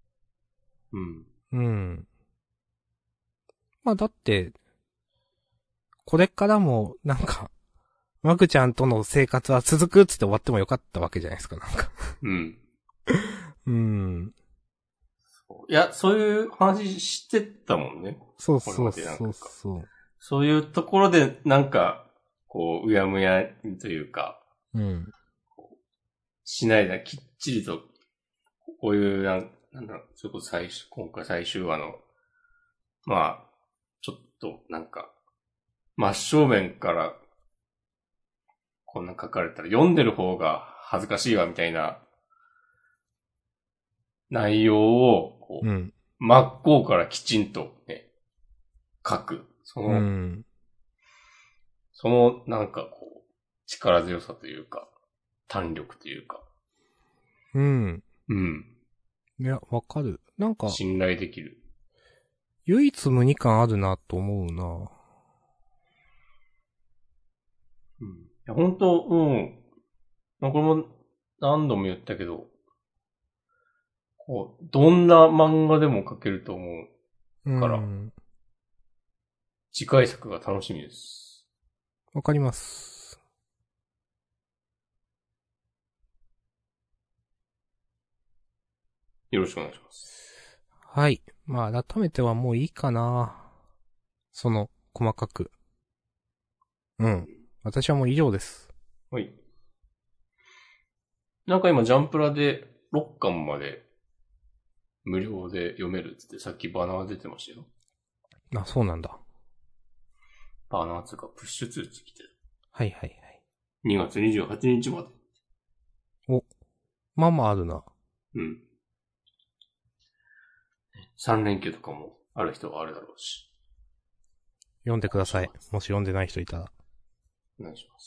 まあだって、これからも、なんか、マグちゃんとの生活は続くっつって終わってもよかったわけじゃないですか、なんか。
そういや、そういう話してたもんね。
そうそう
これまで
そうそう。
そういうところで、なんか、こう、うやむやというか、
うん。
しないで、きっちりと、こういう、なんだろう、それこそ今回最終話の、まあ、ちょっと、なんか、真正面から、こんな書かれたら、読んでる方が恥ずかしいわ、みたいな、内容を、こう、
うん。
真っ向からきちんとね、書く。
うん。
なんかこう、力強さというか、弾力というか、
うん。
うん。
いや、わかる。なんか、
信頼できる。
唯一無二感あるなと思うな。
うん。いや、本当うん。まあこれも何度も言ったけど、こう、どんな漫画でも描けると思
う
うから、
ん。
次回作が楽しみです。
わかります。
よろしくお願いします。
はい。まあ、改めてはもういいかな。細かく。うん。私はもう以上です。
はい。なんか今、ジャンプラで6巻まで無料で読めるっつってさっきバナー出てましたよ。
あ、そうなんだ。
バナーつうかプッシュ通知来てる。
はいはいはい。
2月28日まで。
お。まあまああるな。
うん。3連休とかもある人はあるだろうし。
読んでください。もし読んでない人いたら。
お願いします。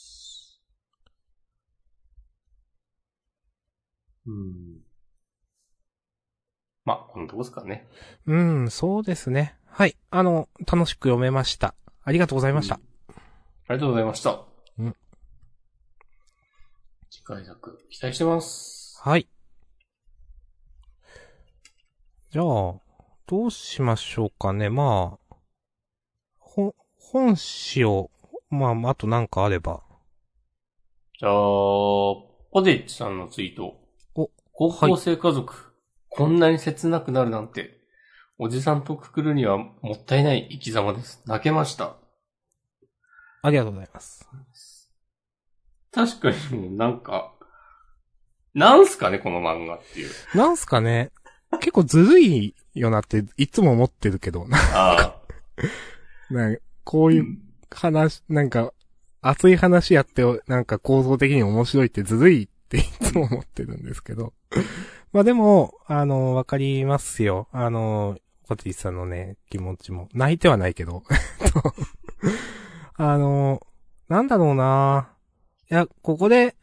うん。まあ、このとこですかね。
そうですね。はい。楽しく読めました。ありがとうございました。
ありがとうございました。
うん。
次回作、期待してます。
はい。じゃあ、どうしましょうかね。まあ、本誌を、まあ、あとなんかあれば。
じゃあ、ポディッチさんのツイート。高校生家族、こんなに切なくなるなんて、おじさんとくくるにはもったいない生き様です。泣けました。
ありがとうございます。
確かになんか、なんすかね、この漫画っていう。
なんすかね。結構ずるいよなっていつも思ってるけど。こういう話、なんか、熱い話やって、なんか構造的に面白いってずるいっていつも思ってるんですけど。まあでも、わかりますよ。ポティさんのね、気持ちも。泣いてはないけど。なんだろうな。いや、ここで、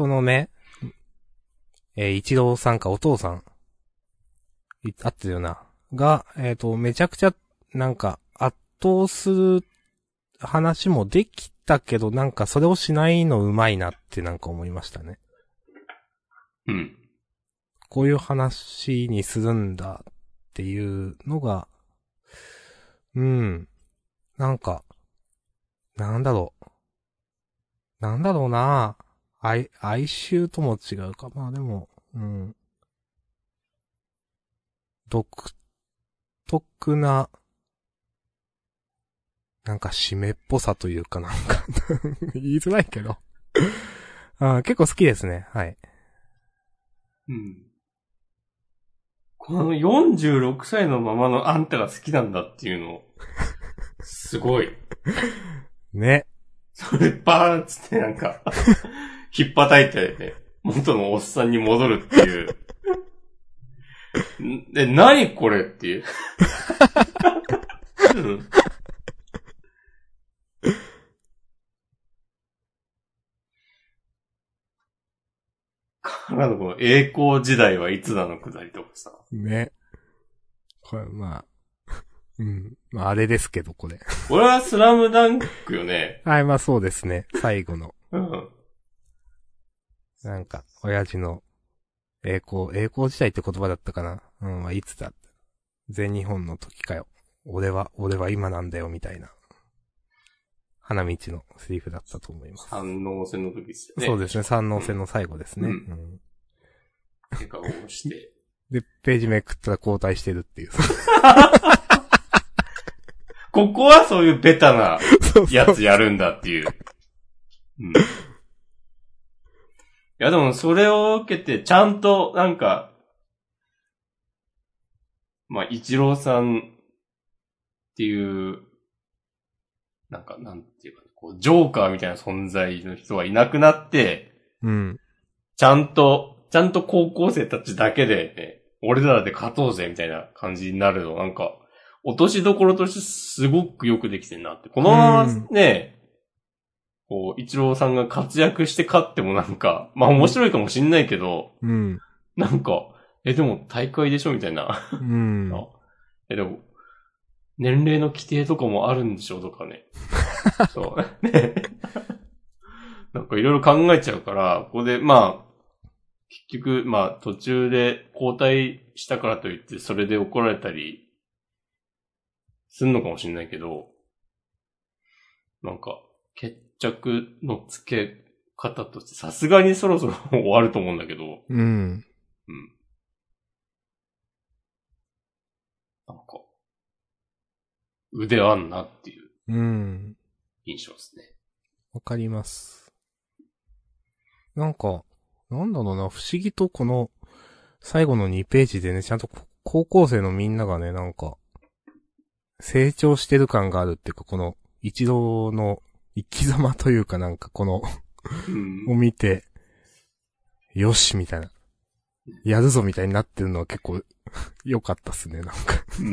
一郎さんかお父さん、あってるよな。が、めちゃくちゃ、なんか、圧倒する話もできたけど、なんかそれをしないのうまいなってなんか思いましたね。
うん。
こういう話にするんだっていうのが、なんか、なんだろう。なんだろうな。哀愁とも違うか。まあでも、独特な、なんか締めっぽさというかなんか言いづらいけど結構好きですね。はい。
うん。この46歳のままのあんたが好きなんだっていうの、すごい。
ね。
それバーンつってなんか、引っ叩いてね、元のおっさんに戻るっていう。で、何これっていう。うんからのこの栄光時代はいつなのくだりとかさ。
ね。これまあ、まああれですけど、これ。
これはスラムダンクよね。
はい、まあそうですね。最後の。
うん。
なんか、親父の栄光時代って言葉だったかな。まあいつだ。全日本の時かよ。俺は今なんだよ、みたいな。花道のセリフだったと思います。
三能戦の時ですよね。
そうですね、三能戦の最後ですね。
怪我をして。
で、ページめくったら交代してるっていう。
ここはそういうベタな
そうそう
やつやるんだっていう。うん、いやでもそれを受けて、ちゃんとなんか、まあ、一郎さんっていう、なんか、なんていうか、こう、ジョーカーみたいな存在の人がいなくなって、
うん。
ちゃんと高校生たちだけで、ね、俺らで勝とうぜみたいな感じになるの、なんか、落としどころとしてすごくよくできてるなって。このままね、こう、一郎さんが活躍して勝ってもなんか、まあ面白いかもしんないけど、
うん。
なんか、でも大会でしょみたいな。
うん。
でも、年齢の規定とかもあるんでしょとかね。そう。ね。なんかいろいろ考えちゃうから、ここで、まあ、結局、まあ途中で交代したからといって、それで怒られたり、すんのかもしれないけど、なんか、決着のつけ方としてさすがにそろそろ終わると思うんだけど、
うん。
うん。なんか、腕あんなっていう印象ですね。
わかります。なんか、なんだろうな、不思議とこの、最後の2ページでね、ちゃんと高校生のみんながね、なんか、成長してる感があるっていうか、この、一度の生き様というかなんかこのを見て、よし、みたいな。やるぞみたいになってるのは結構良かったっすね、なんか
うん。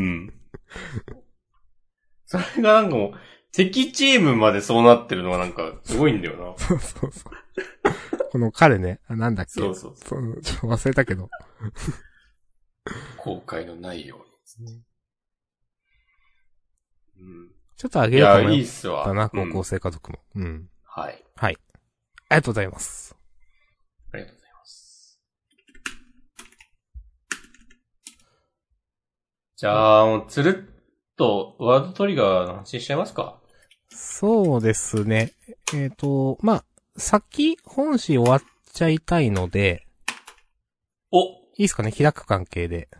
それがなんかもう、敵チームまでそうなってるのがなんか、すごいんだよな。
そうそうそう。この彼ね、なんだっけ
そうそうそう。
ちょっと忘れたけど。
後悔のないようにですね。うん。
ちょっとあげようと思ったな、
いいっすわ。
高校生家族も。うん。
はい。
はい。ありがとうございます。
ありがとうございます。じゃあ、もうつるっとワードトリガーの話しちゃいますか？
そうですね。まあ、先本誌終わっちゃいたいので、いいっすかね、開く関係で。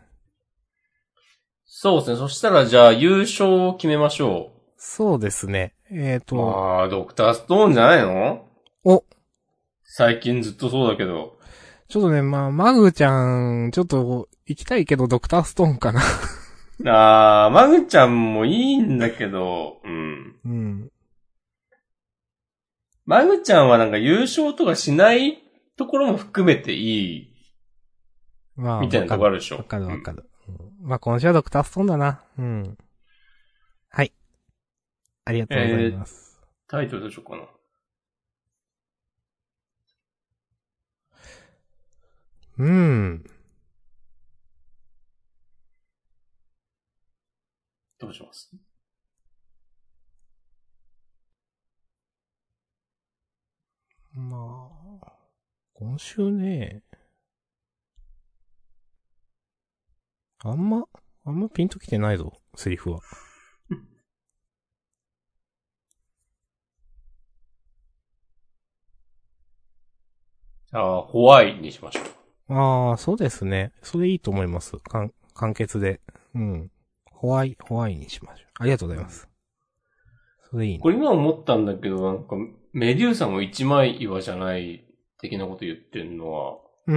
そうですね。そしたらじゃあ優勝を決めましょう。
そうですね。
まあ、ドクターストーンじゃないの？最近ずっとそうだけど。
ちょっとね、まあ、マグちゃん、ちょっと、行きたいけどドクターストーンかな。
マグちゃんもいいんだけど、うん。
うん。
マグちゃんはなんか優勝とかしないところも含めていい。
まあ、
みたいなとこあるでしょ。
わかる。まあ、今週はドクターストーンだな。うん。はい。ありがとうございます。
タイトルどうしようかな。どうします？
まあ、今週ね、あんまピンときてないぞ、セリフは。
ホワイにしましょう。
ああ、そうですね。それいいと思います。簡潔で。うん。ホワイにしましょう。ありがとうございます。それいいね。
これ今思ったんだけど、なんか、メデューサも一枚岩じゃない的なこと言ってるのは、
うん。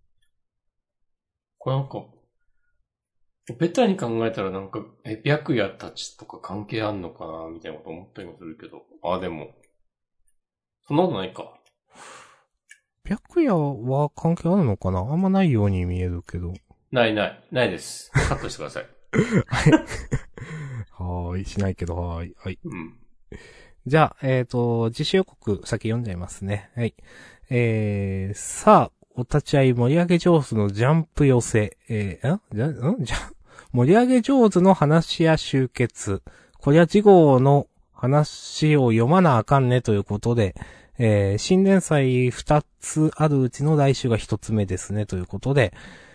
これなんか、ベタに考えたらなんか、白夜たちとか関係あんのかなみたいなこと思ったりもするけど。でも、そんなことないか。
白夜は関係あるのかなあんまないように見えるけど。
ないです。カットしてください。
はい。はーい、しないけど、はい。
うん。
じゃあ、自主予告先読んじゃいますね。はい。さあ、お立ち会い盛り上げ上手のジャンプ寄せ、盛り上げ上手の話や集結。こりゃ次号の話を読まなあかんねということで、新連載2つあるうちの来週が1つ目ですねということで、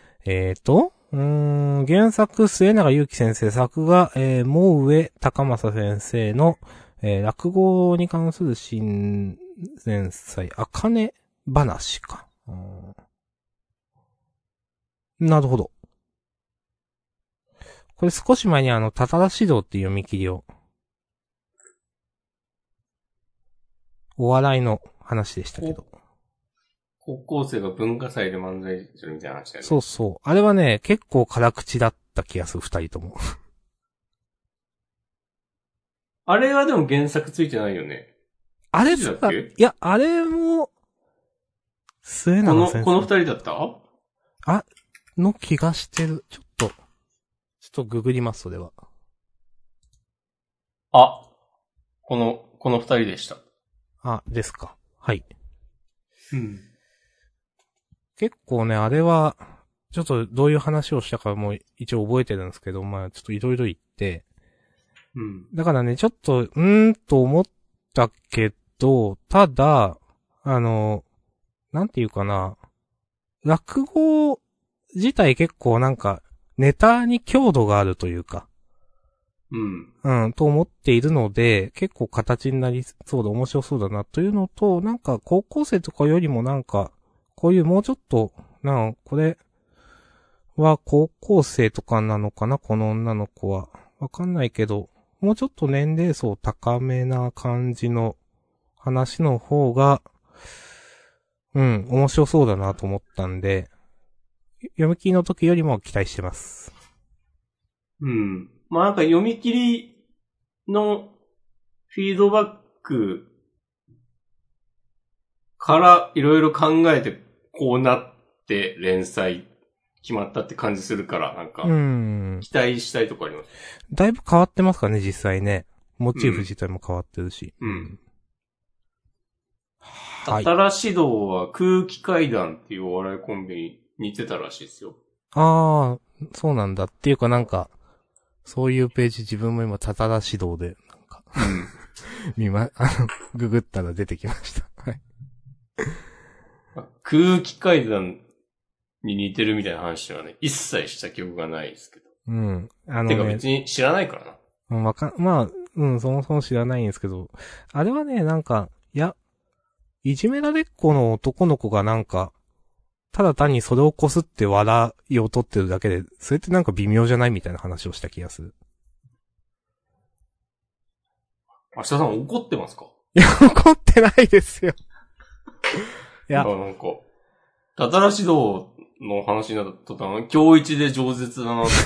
原作末永祐樹先生、作画、もう上高政先生の、落語に関する新連載、あかね話か。 なるほど。これ少し前にたたら指導っていう読み切りを、お笑いの話でしたけど。
高校生が文化祭で漫才するみたいな話だよね。
そうそう。あれはね、結構辛口だった気がする、二人とも。
あれはでも原作ついてないよね。
あれ
だっけ？
いや、あれも、末永先生。
この二人だった？
の気がしてる。ちょっとググります、それは。
あ、この二人でした。
ですか。はい。
うん。
結構ね、あれは、ちょっとどういう話をしたかも一応覚えてるんですけど、まあちょっといろいろ言って、
うん。
だからね、ちょっと、と思ったけど、ただ、なんていうかな、落語自体結構なんか、ネタに強度があるというか、と思っているので、結構形になりそうで面白そうだなというのと、なんか高校生とかよりもなんか、こういうもうちょっと、これは高校生とかなのかな、この女の子は。わかんないけど、もうちょっと年齢層高めな感じの話の方が、面白そうだなと思ったんで、読み切りの時よりも期待してます。
うん。まあなんか読み切りのフィードバックからいろいろ考えてこうなって連載決まったって感じするから、なんか、期待したいとこあります。
だいぶ変わってますかね、実際ね。モチーフ自体も変わってるし。
はい。新しい道は空気階段っていうお笑いコンビに似てたらしいですよ。
そうなんだ。っていうかなんか、そういうページ自分も今、たたら指導で、なんか、ググったら出てきました。はい。
空気階段に似てるみたいな話はね、一切した記憶がないですけど。てか別に知らないから
な。そもそも知らないんですけど、あれはね、なんか、いじめられっ子の男の子がなんか、ただ単にそれをこすって笑いを取ってるだけで、それってなんか微妙じゃないみたいな話をした気がする。
明日さん怒ってますか？
いや、怒ってないですよ。
いや。なんか、たたら指導の話になった途端、今日一で饒舌だなって。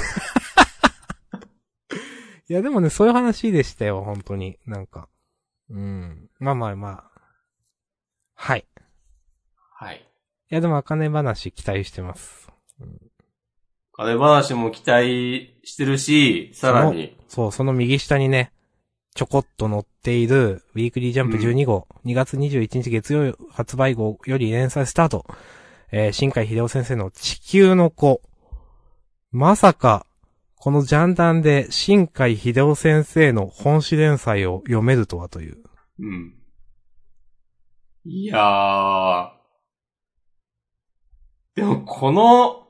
いや、でもね、そういう話でしたよ、本当に。なんか。まあ。はい。
はい。
いや、でも、あかね話期待してます。
あかね話も期待してるし、さらに。
その右下にね、ちょこっと載っている、ウィークリージャンプ12号、2月21日月曜発売号より連載スタート。新海秀夫先生の地球の子。まさか、このジャンダンで新海秀夫先生の本誌連載を読めるとはという。
いやー。でもこの、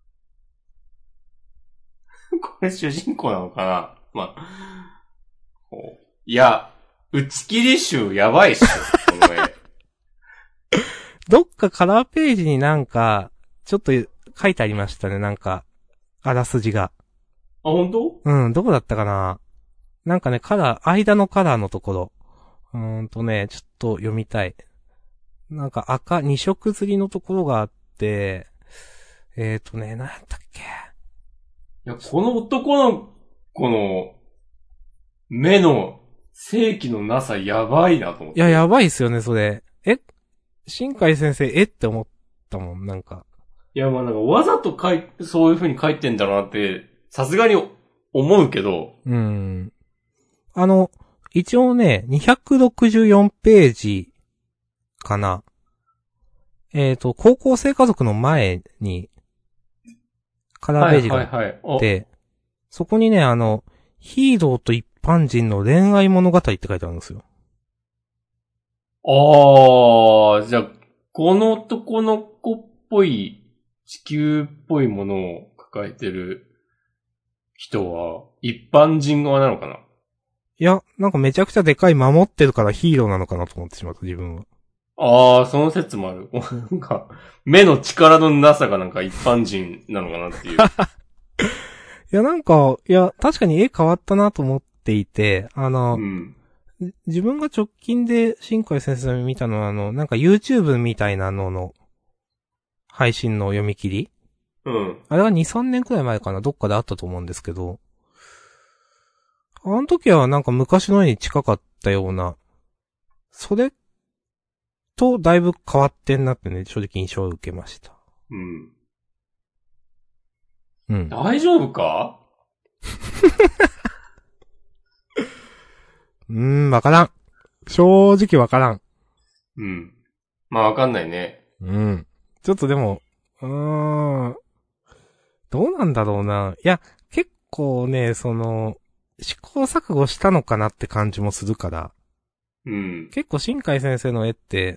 これ主人公なのかな？まあ、いや、打ち切り集やばいっしょ、この絵。
どっかカラーページになんか、ちょっと書いてありましたね、なんか、あらすじが。
本当？
どこだったかな？なんかね、間のカラーのところ。ちょっと読みたい。なんか2色釣りのところがあって、なんだっけ。
いや、この男の子の目の正気のなさやばいなと思って。
いや、やばいっすよね、それ。新海先生、って思ったもん、なんか。
いや、まあなんかわざとそういう風に書いてんだろうなって、さすがに思うけど。
一応ね、264ページかな。高校生家族の前に、カラーページがあって、そこにね、ヒーローと一般人の恋愛物語って書いてあるんですよ。
じゃあ、この男の子っぽい、地球っぽいものを抱えてる人は、一般人側なのかな？
いや、なんかめちゃくちゃでかい守ってるからヒーローなのかなと思ってしまった、自分は。
ああ、その説もある。なんか、目の力のなさがなんか一般人なのかなっていう。
いや、なんか、いや、確かに絵変わったなと思っていて、
うん。
自分が直近で新海先生を見たのは、なんか YouTube みたいなのの配信の読み切り
うん。
あれは2、3年くらい前かな、どっかであったと思うんですけど、あの時はなんか昔の絵に近かったような、それとだいぶ変わってんなってね、正直印象を受けました。
うん。
うん。
大丈夫か？
わからん。正直わからん。
うん。まあわかんないね。
うん。ちょっとでも、どうなんだろうな。いや、結構ね、試行錯誤したのかなって感じもするから、
うん。
結構新海先生の絵って、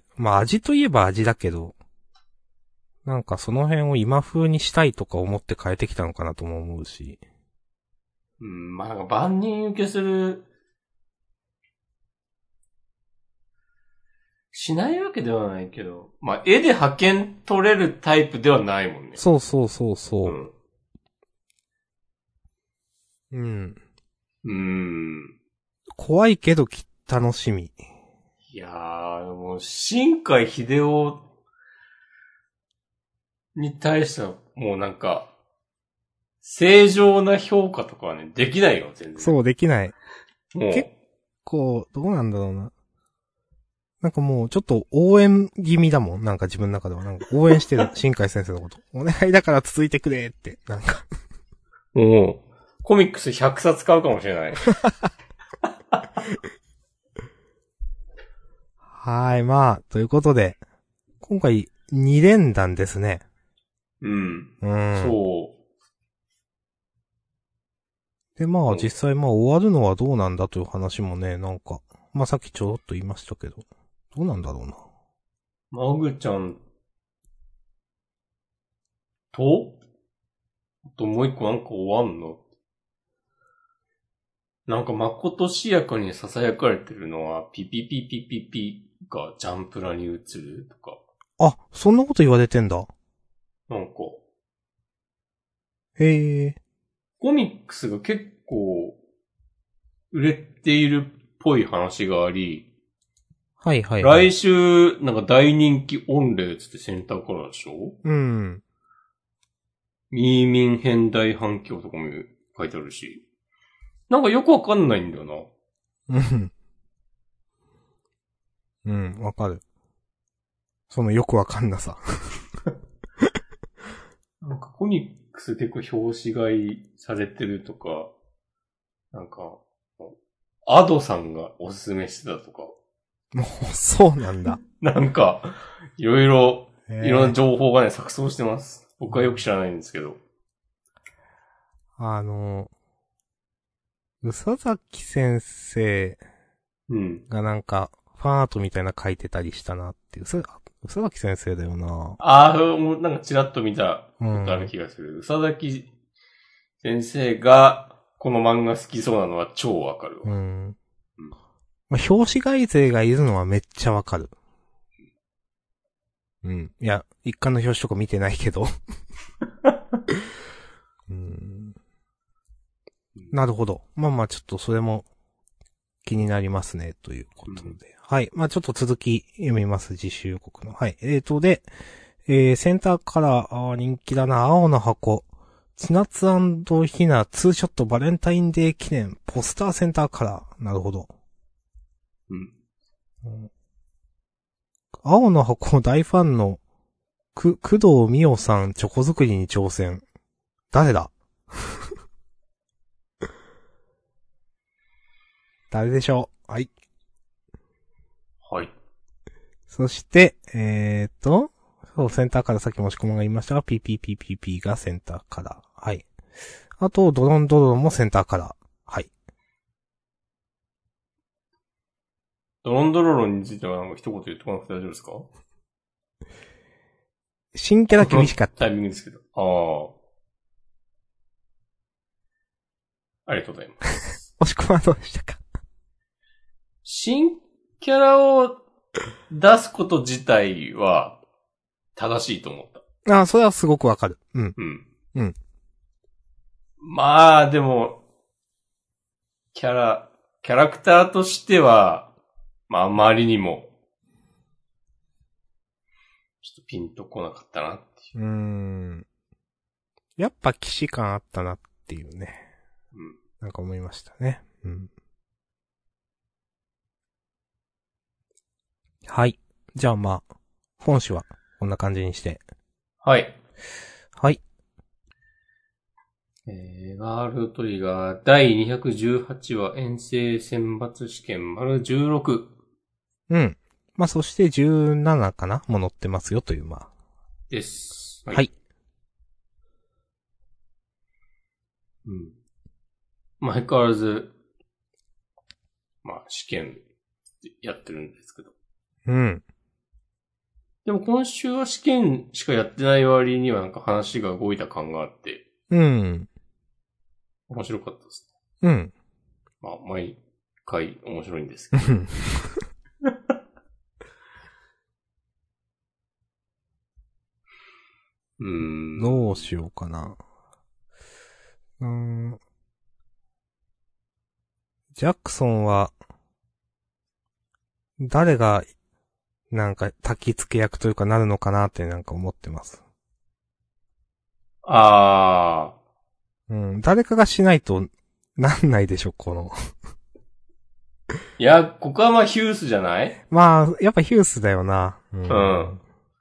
まあ味といえば味だけど、なんかその辺を今風にしたいとか思って変えてきたのかなとも思うし。
うん。まあなんか万人受けする、しないわけではないけど、まあ絵で派遣取れるタイプではないもんね。
そうそうそうそう。
うん。
うん。
うん。
怖いけど楽しみ。
いやー、もう、新海秀夫に対しては、もうなんか、正常な評価とかはね、できないよ、全然。
そう、できない。結
も
構、どうなんだろうな。なんかもう、ちょっと応援気味だもん。なんか自分の中では。なんか応援してる。新海先生のこと。お願いだから続いてくれって。なんか
もう、コミックス100冊買うかもしれない。
はい、まあ、ということで、今回2連弾ですね。
うん。
うん。
そ
で、ま
う。
あ、実際まあ終わるのはどうなんだという話もね、なんか、まあさっきちょろっと言いましたけど、どうなんだろうな。
マグちゃんと、あともう一個なんか終わんの？なんか、まことしやかに囁かれてるのは、ピピピピピピがジャンプラに移るとか。
あ、そんなこと言われてんだ。
なんか、
へえ。
コミックスが結構売れているっぽい話があり、
はいはいは
来
い。
週なんか大人気御礼つってセンターカラーでしょ？
うん。
ミーミン変大反響とかも書いてあるし。なんかよくわかんないんだよ
うん。うん、わかる。そのよくわかんなさ。
な。なんかコミックス結構表紙買いされてるとか、なんか、アドさんがおすすめしてたとか。
もう、そうなんだ。
なんか、いろいろな
へえ。
情報がね、錯綜してます。僕はよく知らないんですけど。
あの、宇佐崎先生
うん。
がなんか、ファンアートみたいな書いてたりしたなっていう。宇佐崎先生だよな。
ああ、もうなんかちらっと見た
う
ことある
ん。
気がする。宇佐崎先生がこの漫画好きそうなのは超わかるわ。
うん。
うん。
まあ、表紙外勢がいるのはめっちゃわかる。うん。いや、一巻の表紙とか見てないけど。うん。なるほど。まあまあちょっとそれも気になりますね、ということで。
うん。
はい。まあちょっと続き読みます、自習予告の。はい。で、センターカラー、人気だな、青の箱。ツナツヒナツーショットバレンタインデー記念、ポスターセンターカラー。なるほど。
うん。
うん、青の箱大ファンの、工藤美代さんチョコ作りに挑戦。誰だ？誰でしょう？はい。
はい。
そして、そう、センターカラーさっきもしこまが言いましたが、PPPPP がセンターカラー。はい。あと、ドロンドロンもセンターカラー。はい。
ドロンドロロンについてはなんか一言言ってこなくて大丈夫ですか？
新キャラ厳しかった。
タイミングですけど。ああ。ありがとうございます。
もしこまはどうでしたか？
新キャラを出すこと自体は正しいと思った。
あ、それはすごくわかる。うん。
うん。
うん。
まあ、でも、キャラクターとしては、まあ、あまりにも、ちょっとピンとこなかったなっていう。
やっぱ騎士感あったなっていうね。
うん。
なんか思いましたね。うん。はい。じゃあまあ、本誌はこんな感じにして。
はい。
はい。
ワールドトリガー第218話遠征選抜試験丸16。
うん。まあそして17かなも載ってますよというまあ。
です。
はい。
うん。まあ、相変わらず、まあ、試験やってるんですけど。
うん。
でも今週は試験しかやってない割にはなんか話が動いた感があって、
うん。
面白かったです
うん。
ね。まあ、毎回面白いんですけど。
どうしようかな。ジャクソンは、誰が、なんか、焚き付け役というかなるのかなってなんか思ってます。
あ
うん。誰かがしないと、なんないでしょ、この。
いや、ここはまあヒュースじゃない？
まあ、やっぱヒュースだよな。
うん。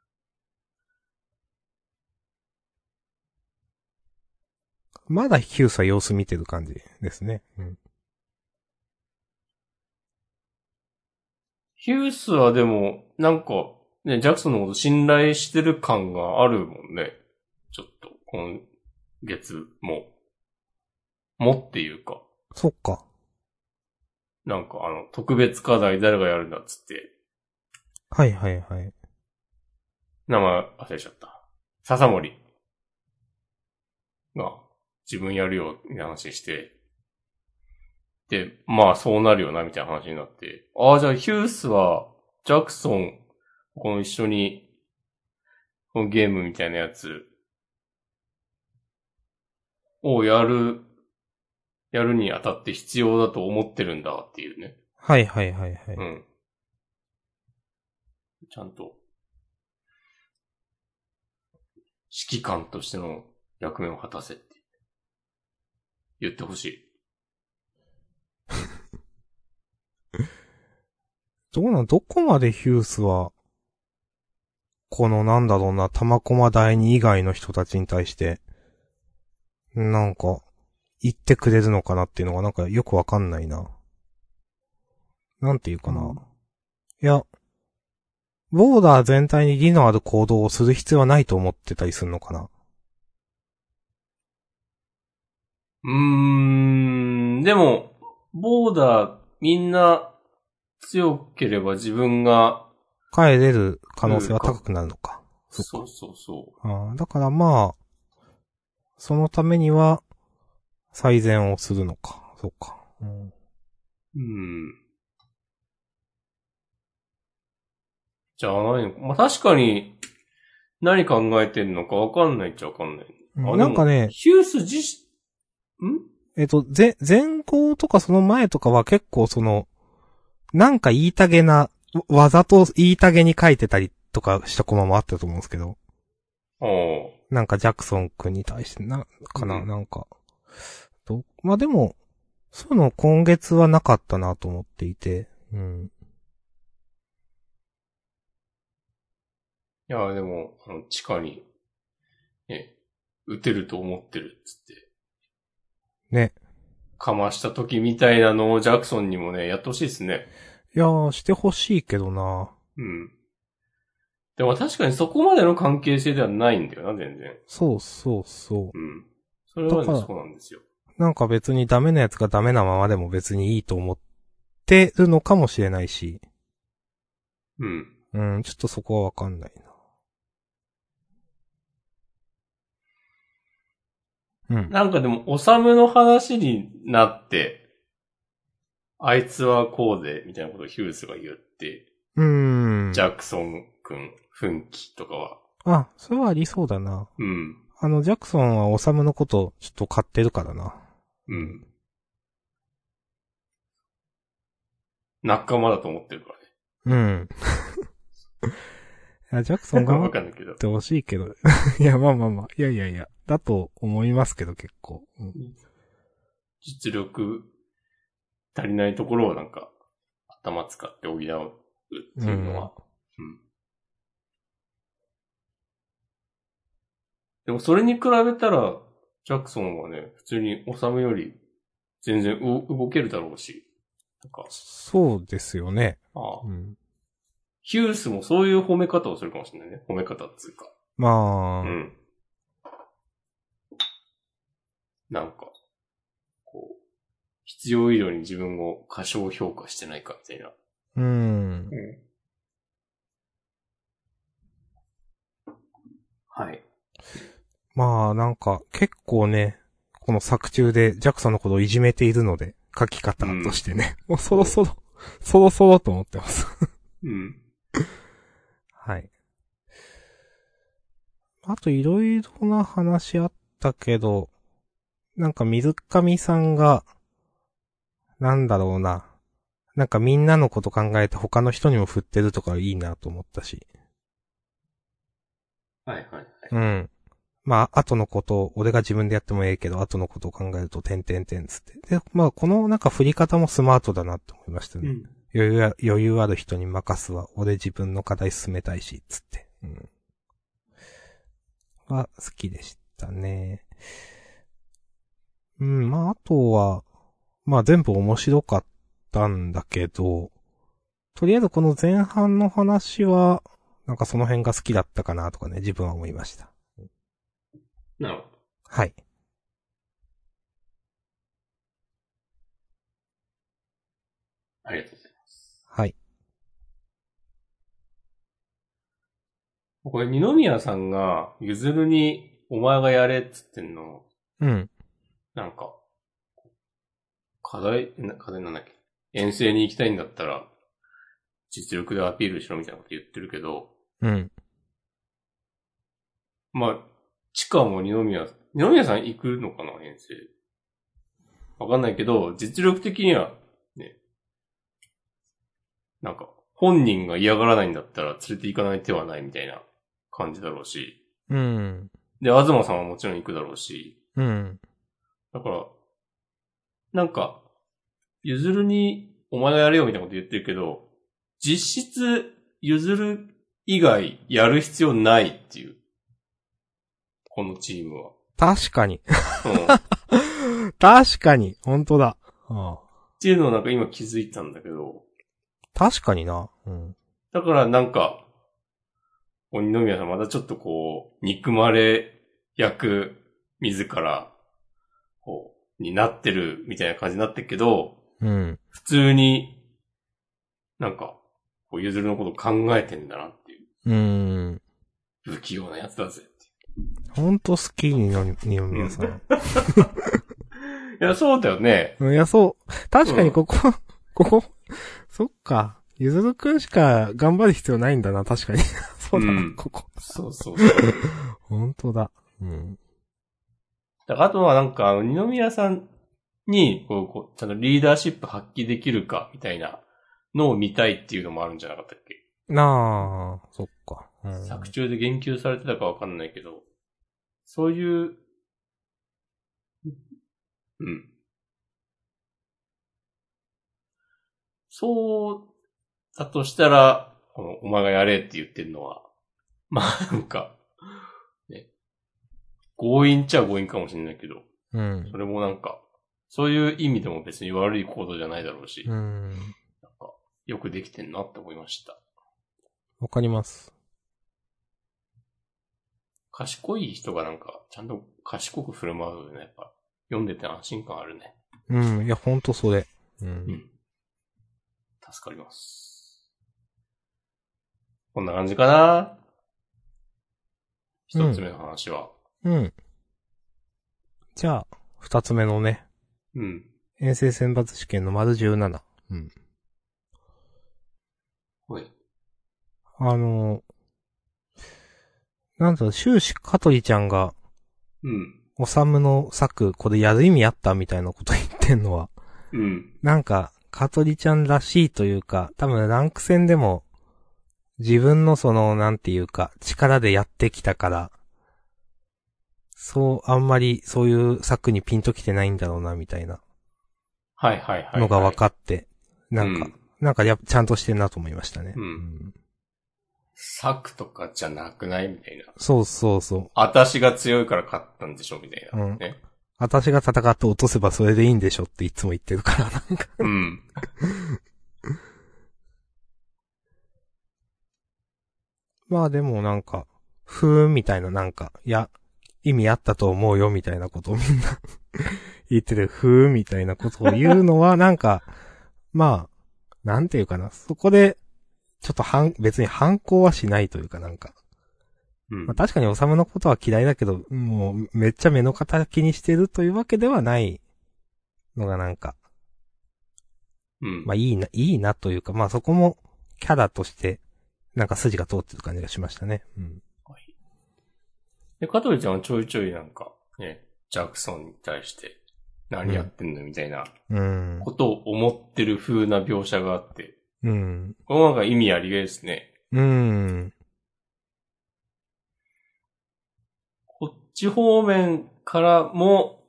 まだヒュースは様子見てる感じですね。うん。
ヒュースはでも、なんか、ね、ジャクソンのこと信頼してる感があるもんね。ちょっと、今月も。もっていうか。
そっか。
なんか特別課題誰がやるんだっつって。
はいはいはい。
名前忘れちゃった。笹森が自分やるよ、みたいな話して。で、まあそうなるよな、みたいな話になって。ああ、じゃあヒュースは、ジャクソン、この一緒に、このゲームみたいなやつをやるにあたって必要だと思ってるんだっていうね。
はいはいはいはい。
うん。ちゃんと、指揮官としての役目を果たせって言ってほしい。
どこまでヒュースは、このなんだろうな、玉駒第二以外の人たちに対して、なんか、言ってくれるのかなっていうのがなんかよくわかんないな。なんていうかな。いや、ボーダー全体に利のある行動をする必要はないと思ってたりするのかな。
でも、ボーダー、みんな強ければ自分が、
帰れる可能性は高くなるのか。
そうそうそ
だからまあ、そのためには、最善をするのか。そうか。
じゃあ何まあ、確かに、何考えてんのかわかんないっちゃわかんない。
なんかね、
ヒュース
前後とかその前とかは結構その、なんか言いたげな、わざと言いたげに書いてたりとかしたコマもあったと思うんですけど。なんかジャクソン君に対してなんか。まあでも、そういうの今月はなかったなと思っていて。うん。
いや、でも、地下に、ね、撃てると思ってるっつって。
ね。
かました時みたいなのをジャクソンにもね、やってほしいですね。
いやー、してほしいけどな。
うん。でも確かにそこまでの関係性ではないんだよな、全然。
そうそうそう。
うん。それはね、そうなんですよ。
なんか別にダメなやつがダメなままでも別にいいと思ってるのかもしれないし。
うん。
うん、ちょっとそこはわかんないな。うん。
なんかでも、おさむの話になって、あいつはこうで、みたいなことをヒュースが言って、 ジャクソン君、奮起とかは。
あ、それはありそうだな。
うん。
ジャクソンはオサムのことちょっと買ってるからな。
うん。仲間だと思ってるからね。
いや、ジャクソン頑張
わかんないけど。
ってほしいけど。いや、まあまあまあ。いやいやいや。だと思いますけど、結構。
実力足りないところをなんか頭使って補うっていうのは。でもそれに比べたら、ジャクソンはね、普通にオサムより全然動けるだろうし。なんか
そうですよね。
ヒュースもそういう褒め方をするかもしれないね。褒め方っつうか。
まあ。
なんか、こう、必要以上に自分を過小評価してないかみたいな。はい。
まあ、なんか、結構ね、この作中でジャクソンのことをいじめているので、書き方としてね。もうそろそろと思ってます。はい。あといろいろな話あったけど、なんか水上さんが、なんだろうな。なんかみんなのこと考えて他の人にも振ってるとかいいなと思ったし。
はいはいはい。
まあ、後のことを、俺が自分でやってもええけど、後のことを考えると、点々点つって。で、まあ、このなんか振り方もスマートだなって思いましたね。余裕ある人に任すわ。俺自分の課題進めたいし、つって。は、好きでしたね。まあ、あとは、まあ全部面白かったんだけど、とりあえずこの前半の話は、なんかその辺が好きだったかなとかね、自分は思いました。
なるほど。
はい。
ありがとうございます。
はい。
これ、二宮さんが、ゆずるに、お前がやれっつってんの。なんか、課題なんだっけ。遠征に行きたいんだったら、実力でアピールしろみたいなこと言ってるけど。まあ、地下も二宮さん行くのかな、遠征。わかんないけど、実力的には、ね、なんか、本人が嫌がらないんだったら連れて行かない手はないみたいな感じだろうし。で、東さんはもちろん行くだろうし。だから、なんか、ゆずるにお前がやれよみたいなこと言ってるけど、実質、ゆずる以外やる必要ないっていう。このチームは。
確かに。確かに。本当だ。
っていうのをなんか今気づいたんだけど。
確かにな。
だからなんか、二宮さんまたちょっとこう、憎まれ役自ら、こう、になってるみたいな感じになってるけど、普通に、なんか、こう、ゆずるのこと考えてんだなっていう。不器用なやつだぜって。
ほんと好きに二宮さん。い
や、そうだよね。
いや、そう。確かにここ、そっか。ゆずるくんしか頑張る必要ないんだな、確かに。そうだな、ここ。
そう。
本当だ。
だからあとはなんか、二宮さんに、こう、ちゃんとリーダーシップ発揮できるか、みたいなのを見たいっていうのもあるんじゃなかったっけ？
なあ、そっか。
作中で言及されてたかわかんないけど、そういう、そうだとしたら、お前がやれって言ってるのは、まあなんか、ね、強引っちゃ強引かもしれないけど、それもなんか、そういう意味でも別に悪い行動じゃないだろうし、なんか、よくできてんなって思いました。
わかります。
賢い人がなんか、ちゃんと賢く振る舞うね、やっぱ、読んでて安心感あるね。
いや、ほんとそれ。
助かります。こんな感じかな？一つ目の話は。
じゃあ、二つ目のね。遠征選抜試験の丸17。
はい。
あの、なんだろう、終始香取ちゃんが、
うん。
おさむの作、これやる意味あったみたいなこと言ってんのは、
うん。
なんか、香取ちゃんらしいというか、多分ランク戦でも、自分のその、なんていうか、力でやってきたから、そう、あんまりそういう作にピンときてないんだろうな、みたいな
はいはいはい
のが分
はい。
かって、
うん。
なんかちゃんとしてんなと思いましたね。
うん。
うん、
策とかじゃなくないみたいな。
そうそうそ
私が強いから勝ったんでしょみたい
う。うん。
な。ね。
私が戦って落とせばそれでいいんでしょっていつも言ってるから、なんか
うん。
まあでもなんか、ふーんみたいななんか、いや、意味あったと思うよみたいなことをみんな言ってて、ふーんみたいなことを言うのはなんか、まあ、なんていうかな、そこで、ちょっと別に反抗はしないというかなんか、まあ
うん。
確かにおさむのことは嫌いだけど、もうめっちゃ目の敵にしてるというわけではないのがなんか、
うん。
まあいいなというか、まあそこもキャラとして、なんか筋が通ってる感じがしましたね。うん。
はい。で、香取ちゃんはちょいちょいなんか、ね、ジャクソンに対して、何やってんのみたいな
うん。
ことを思ってる風な描写があって、
うん。
このなんか意味ありげですね。
うん。
こっち方面からも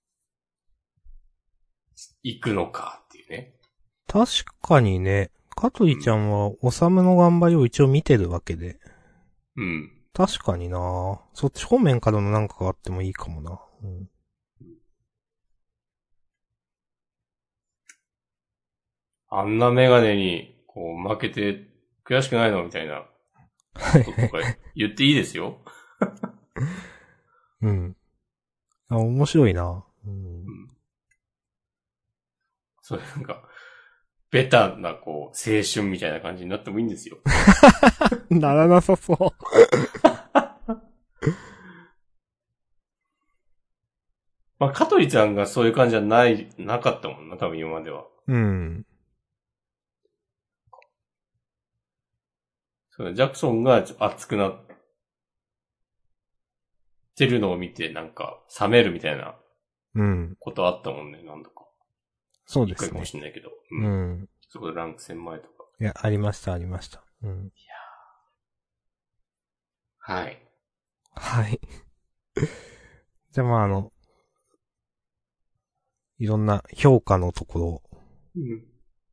行くのかっていうね。
確かにね、香取ちゃんは、おさむの頑張りを一応見てるわけで。
うん。
確かになそっち方面からのなんかがあってもいいかもな。うん。
あんなメガネに、こう、負けて悔しくないのみたいな
はい
こととか言っていいですよ。
うん。あ、面白いな。うん。
うん。それなんか、ベタな、こう、青春みたいな感じになってもいいんですよ。
ならなさそう。
まあ、香取ちゃんがそういう感じじゃなかったもんな、多分今までは。
うん。
そうジャクソンが熱くなってるのを見て、なんか、冷めるみたいな
うん。
ことあったもんね、何度か。一回かも
そうですね。
しんないけど。う
う
ん。
ん。
そこでランク戦前とか。
いや、ありました、ありました。うん。
はい。
はい。じゃあまあいろんな評価のところを。
うん。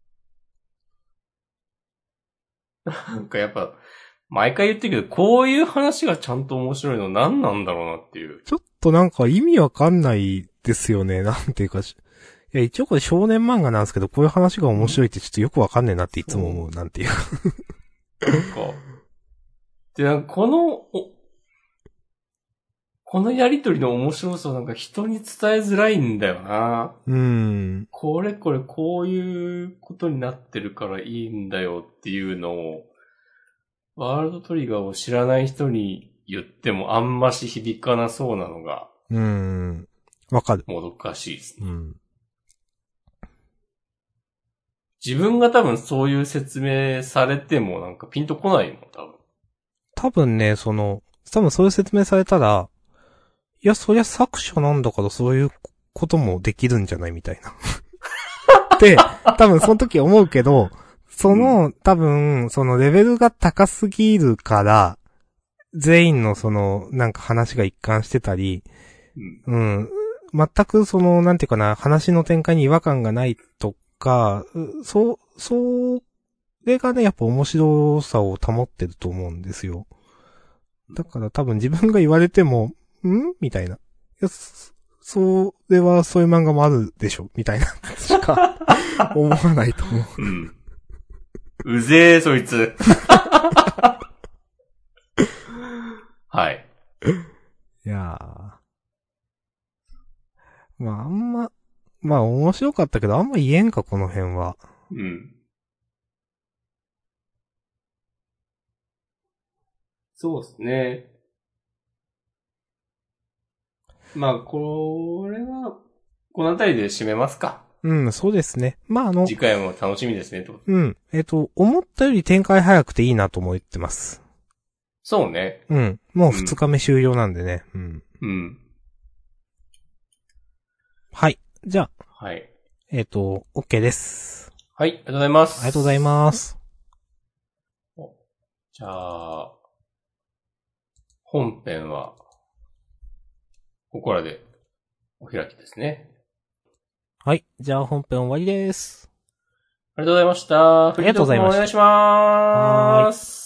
なんかやっぱ、毎回言ってるけど、こういう話がちゃんと面白いの何なんだろうなっていう。
ちょっとなんか意味わかんないですよね。なんていうかいや、一応これ少年漫画なんですけど、こういう話が面白いってちょっとよくわかんねえなっていつも思う、なんていう。
なんか、で、なんかこのやりとりの面白さなんか人に伝えづらいんだよな。
うーん。
これこういうことになってるからいいんだよっていうのを、ワールドトリガーを知らない人に言ってもあんまし響かなそうなのが、
うーん。わかる。
もどかしいですね。
うん。
自分が多分そういう説明されてもなんかピンとこないもん、多分。
多分ね、多分そういう説明されたら、いや、そりゃ作者なんだからそういうこともできるんじゃないみたいな。って、多分その時思うけど、多分、そのレベルが高すぎるから、全員のなんか話が一貫してたり、
うん。
うん。全くなんていうかな、話の展開に違和感がないとか、それがね、やっぱ面白さを保ってると思うんですよ。だから多分自分が言われても、みたいな。いや、それはそういう漫画もあるでしょみたいなしか思わないと思う。
うん。うぜえ、そいつ。はい。
いやまああんま、まあ面白かったけど、あんま言えんか、この辺は。
うん。そうですね。まあ、これは、この辺りで締めますか。
うん、そうですね。まあ
次回も楽しみですね、と。
うん。思ったより展開早くていいなと思ってます。
そうね。
うん。もう2日目終了なんでね。うん。
うん。
はい。じゃあ。
はい。
OK です。
はい、ありがとうございます。
ありがとうございます。
じゃあ、本編は、ここらでお開きですね。
はい。じゃあ本編終わりです。
ありがとうございました。
ありがとうございました。
フリートークもお願いします。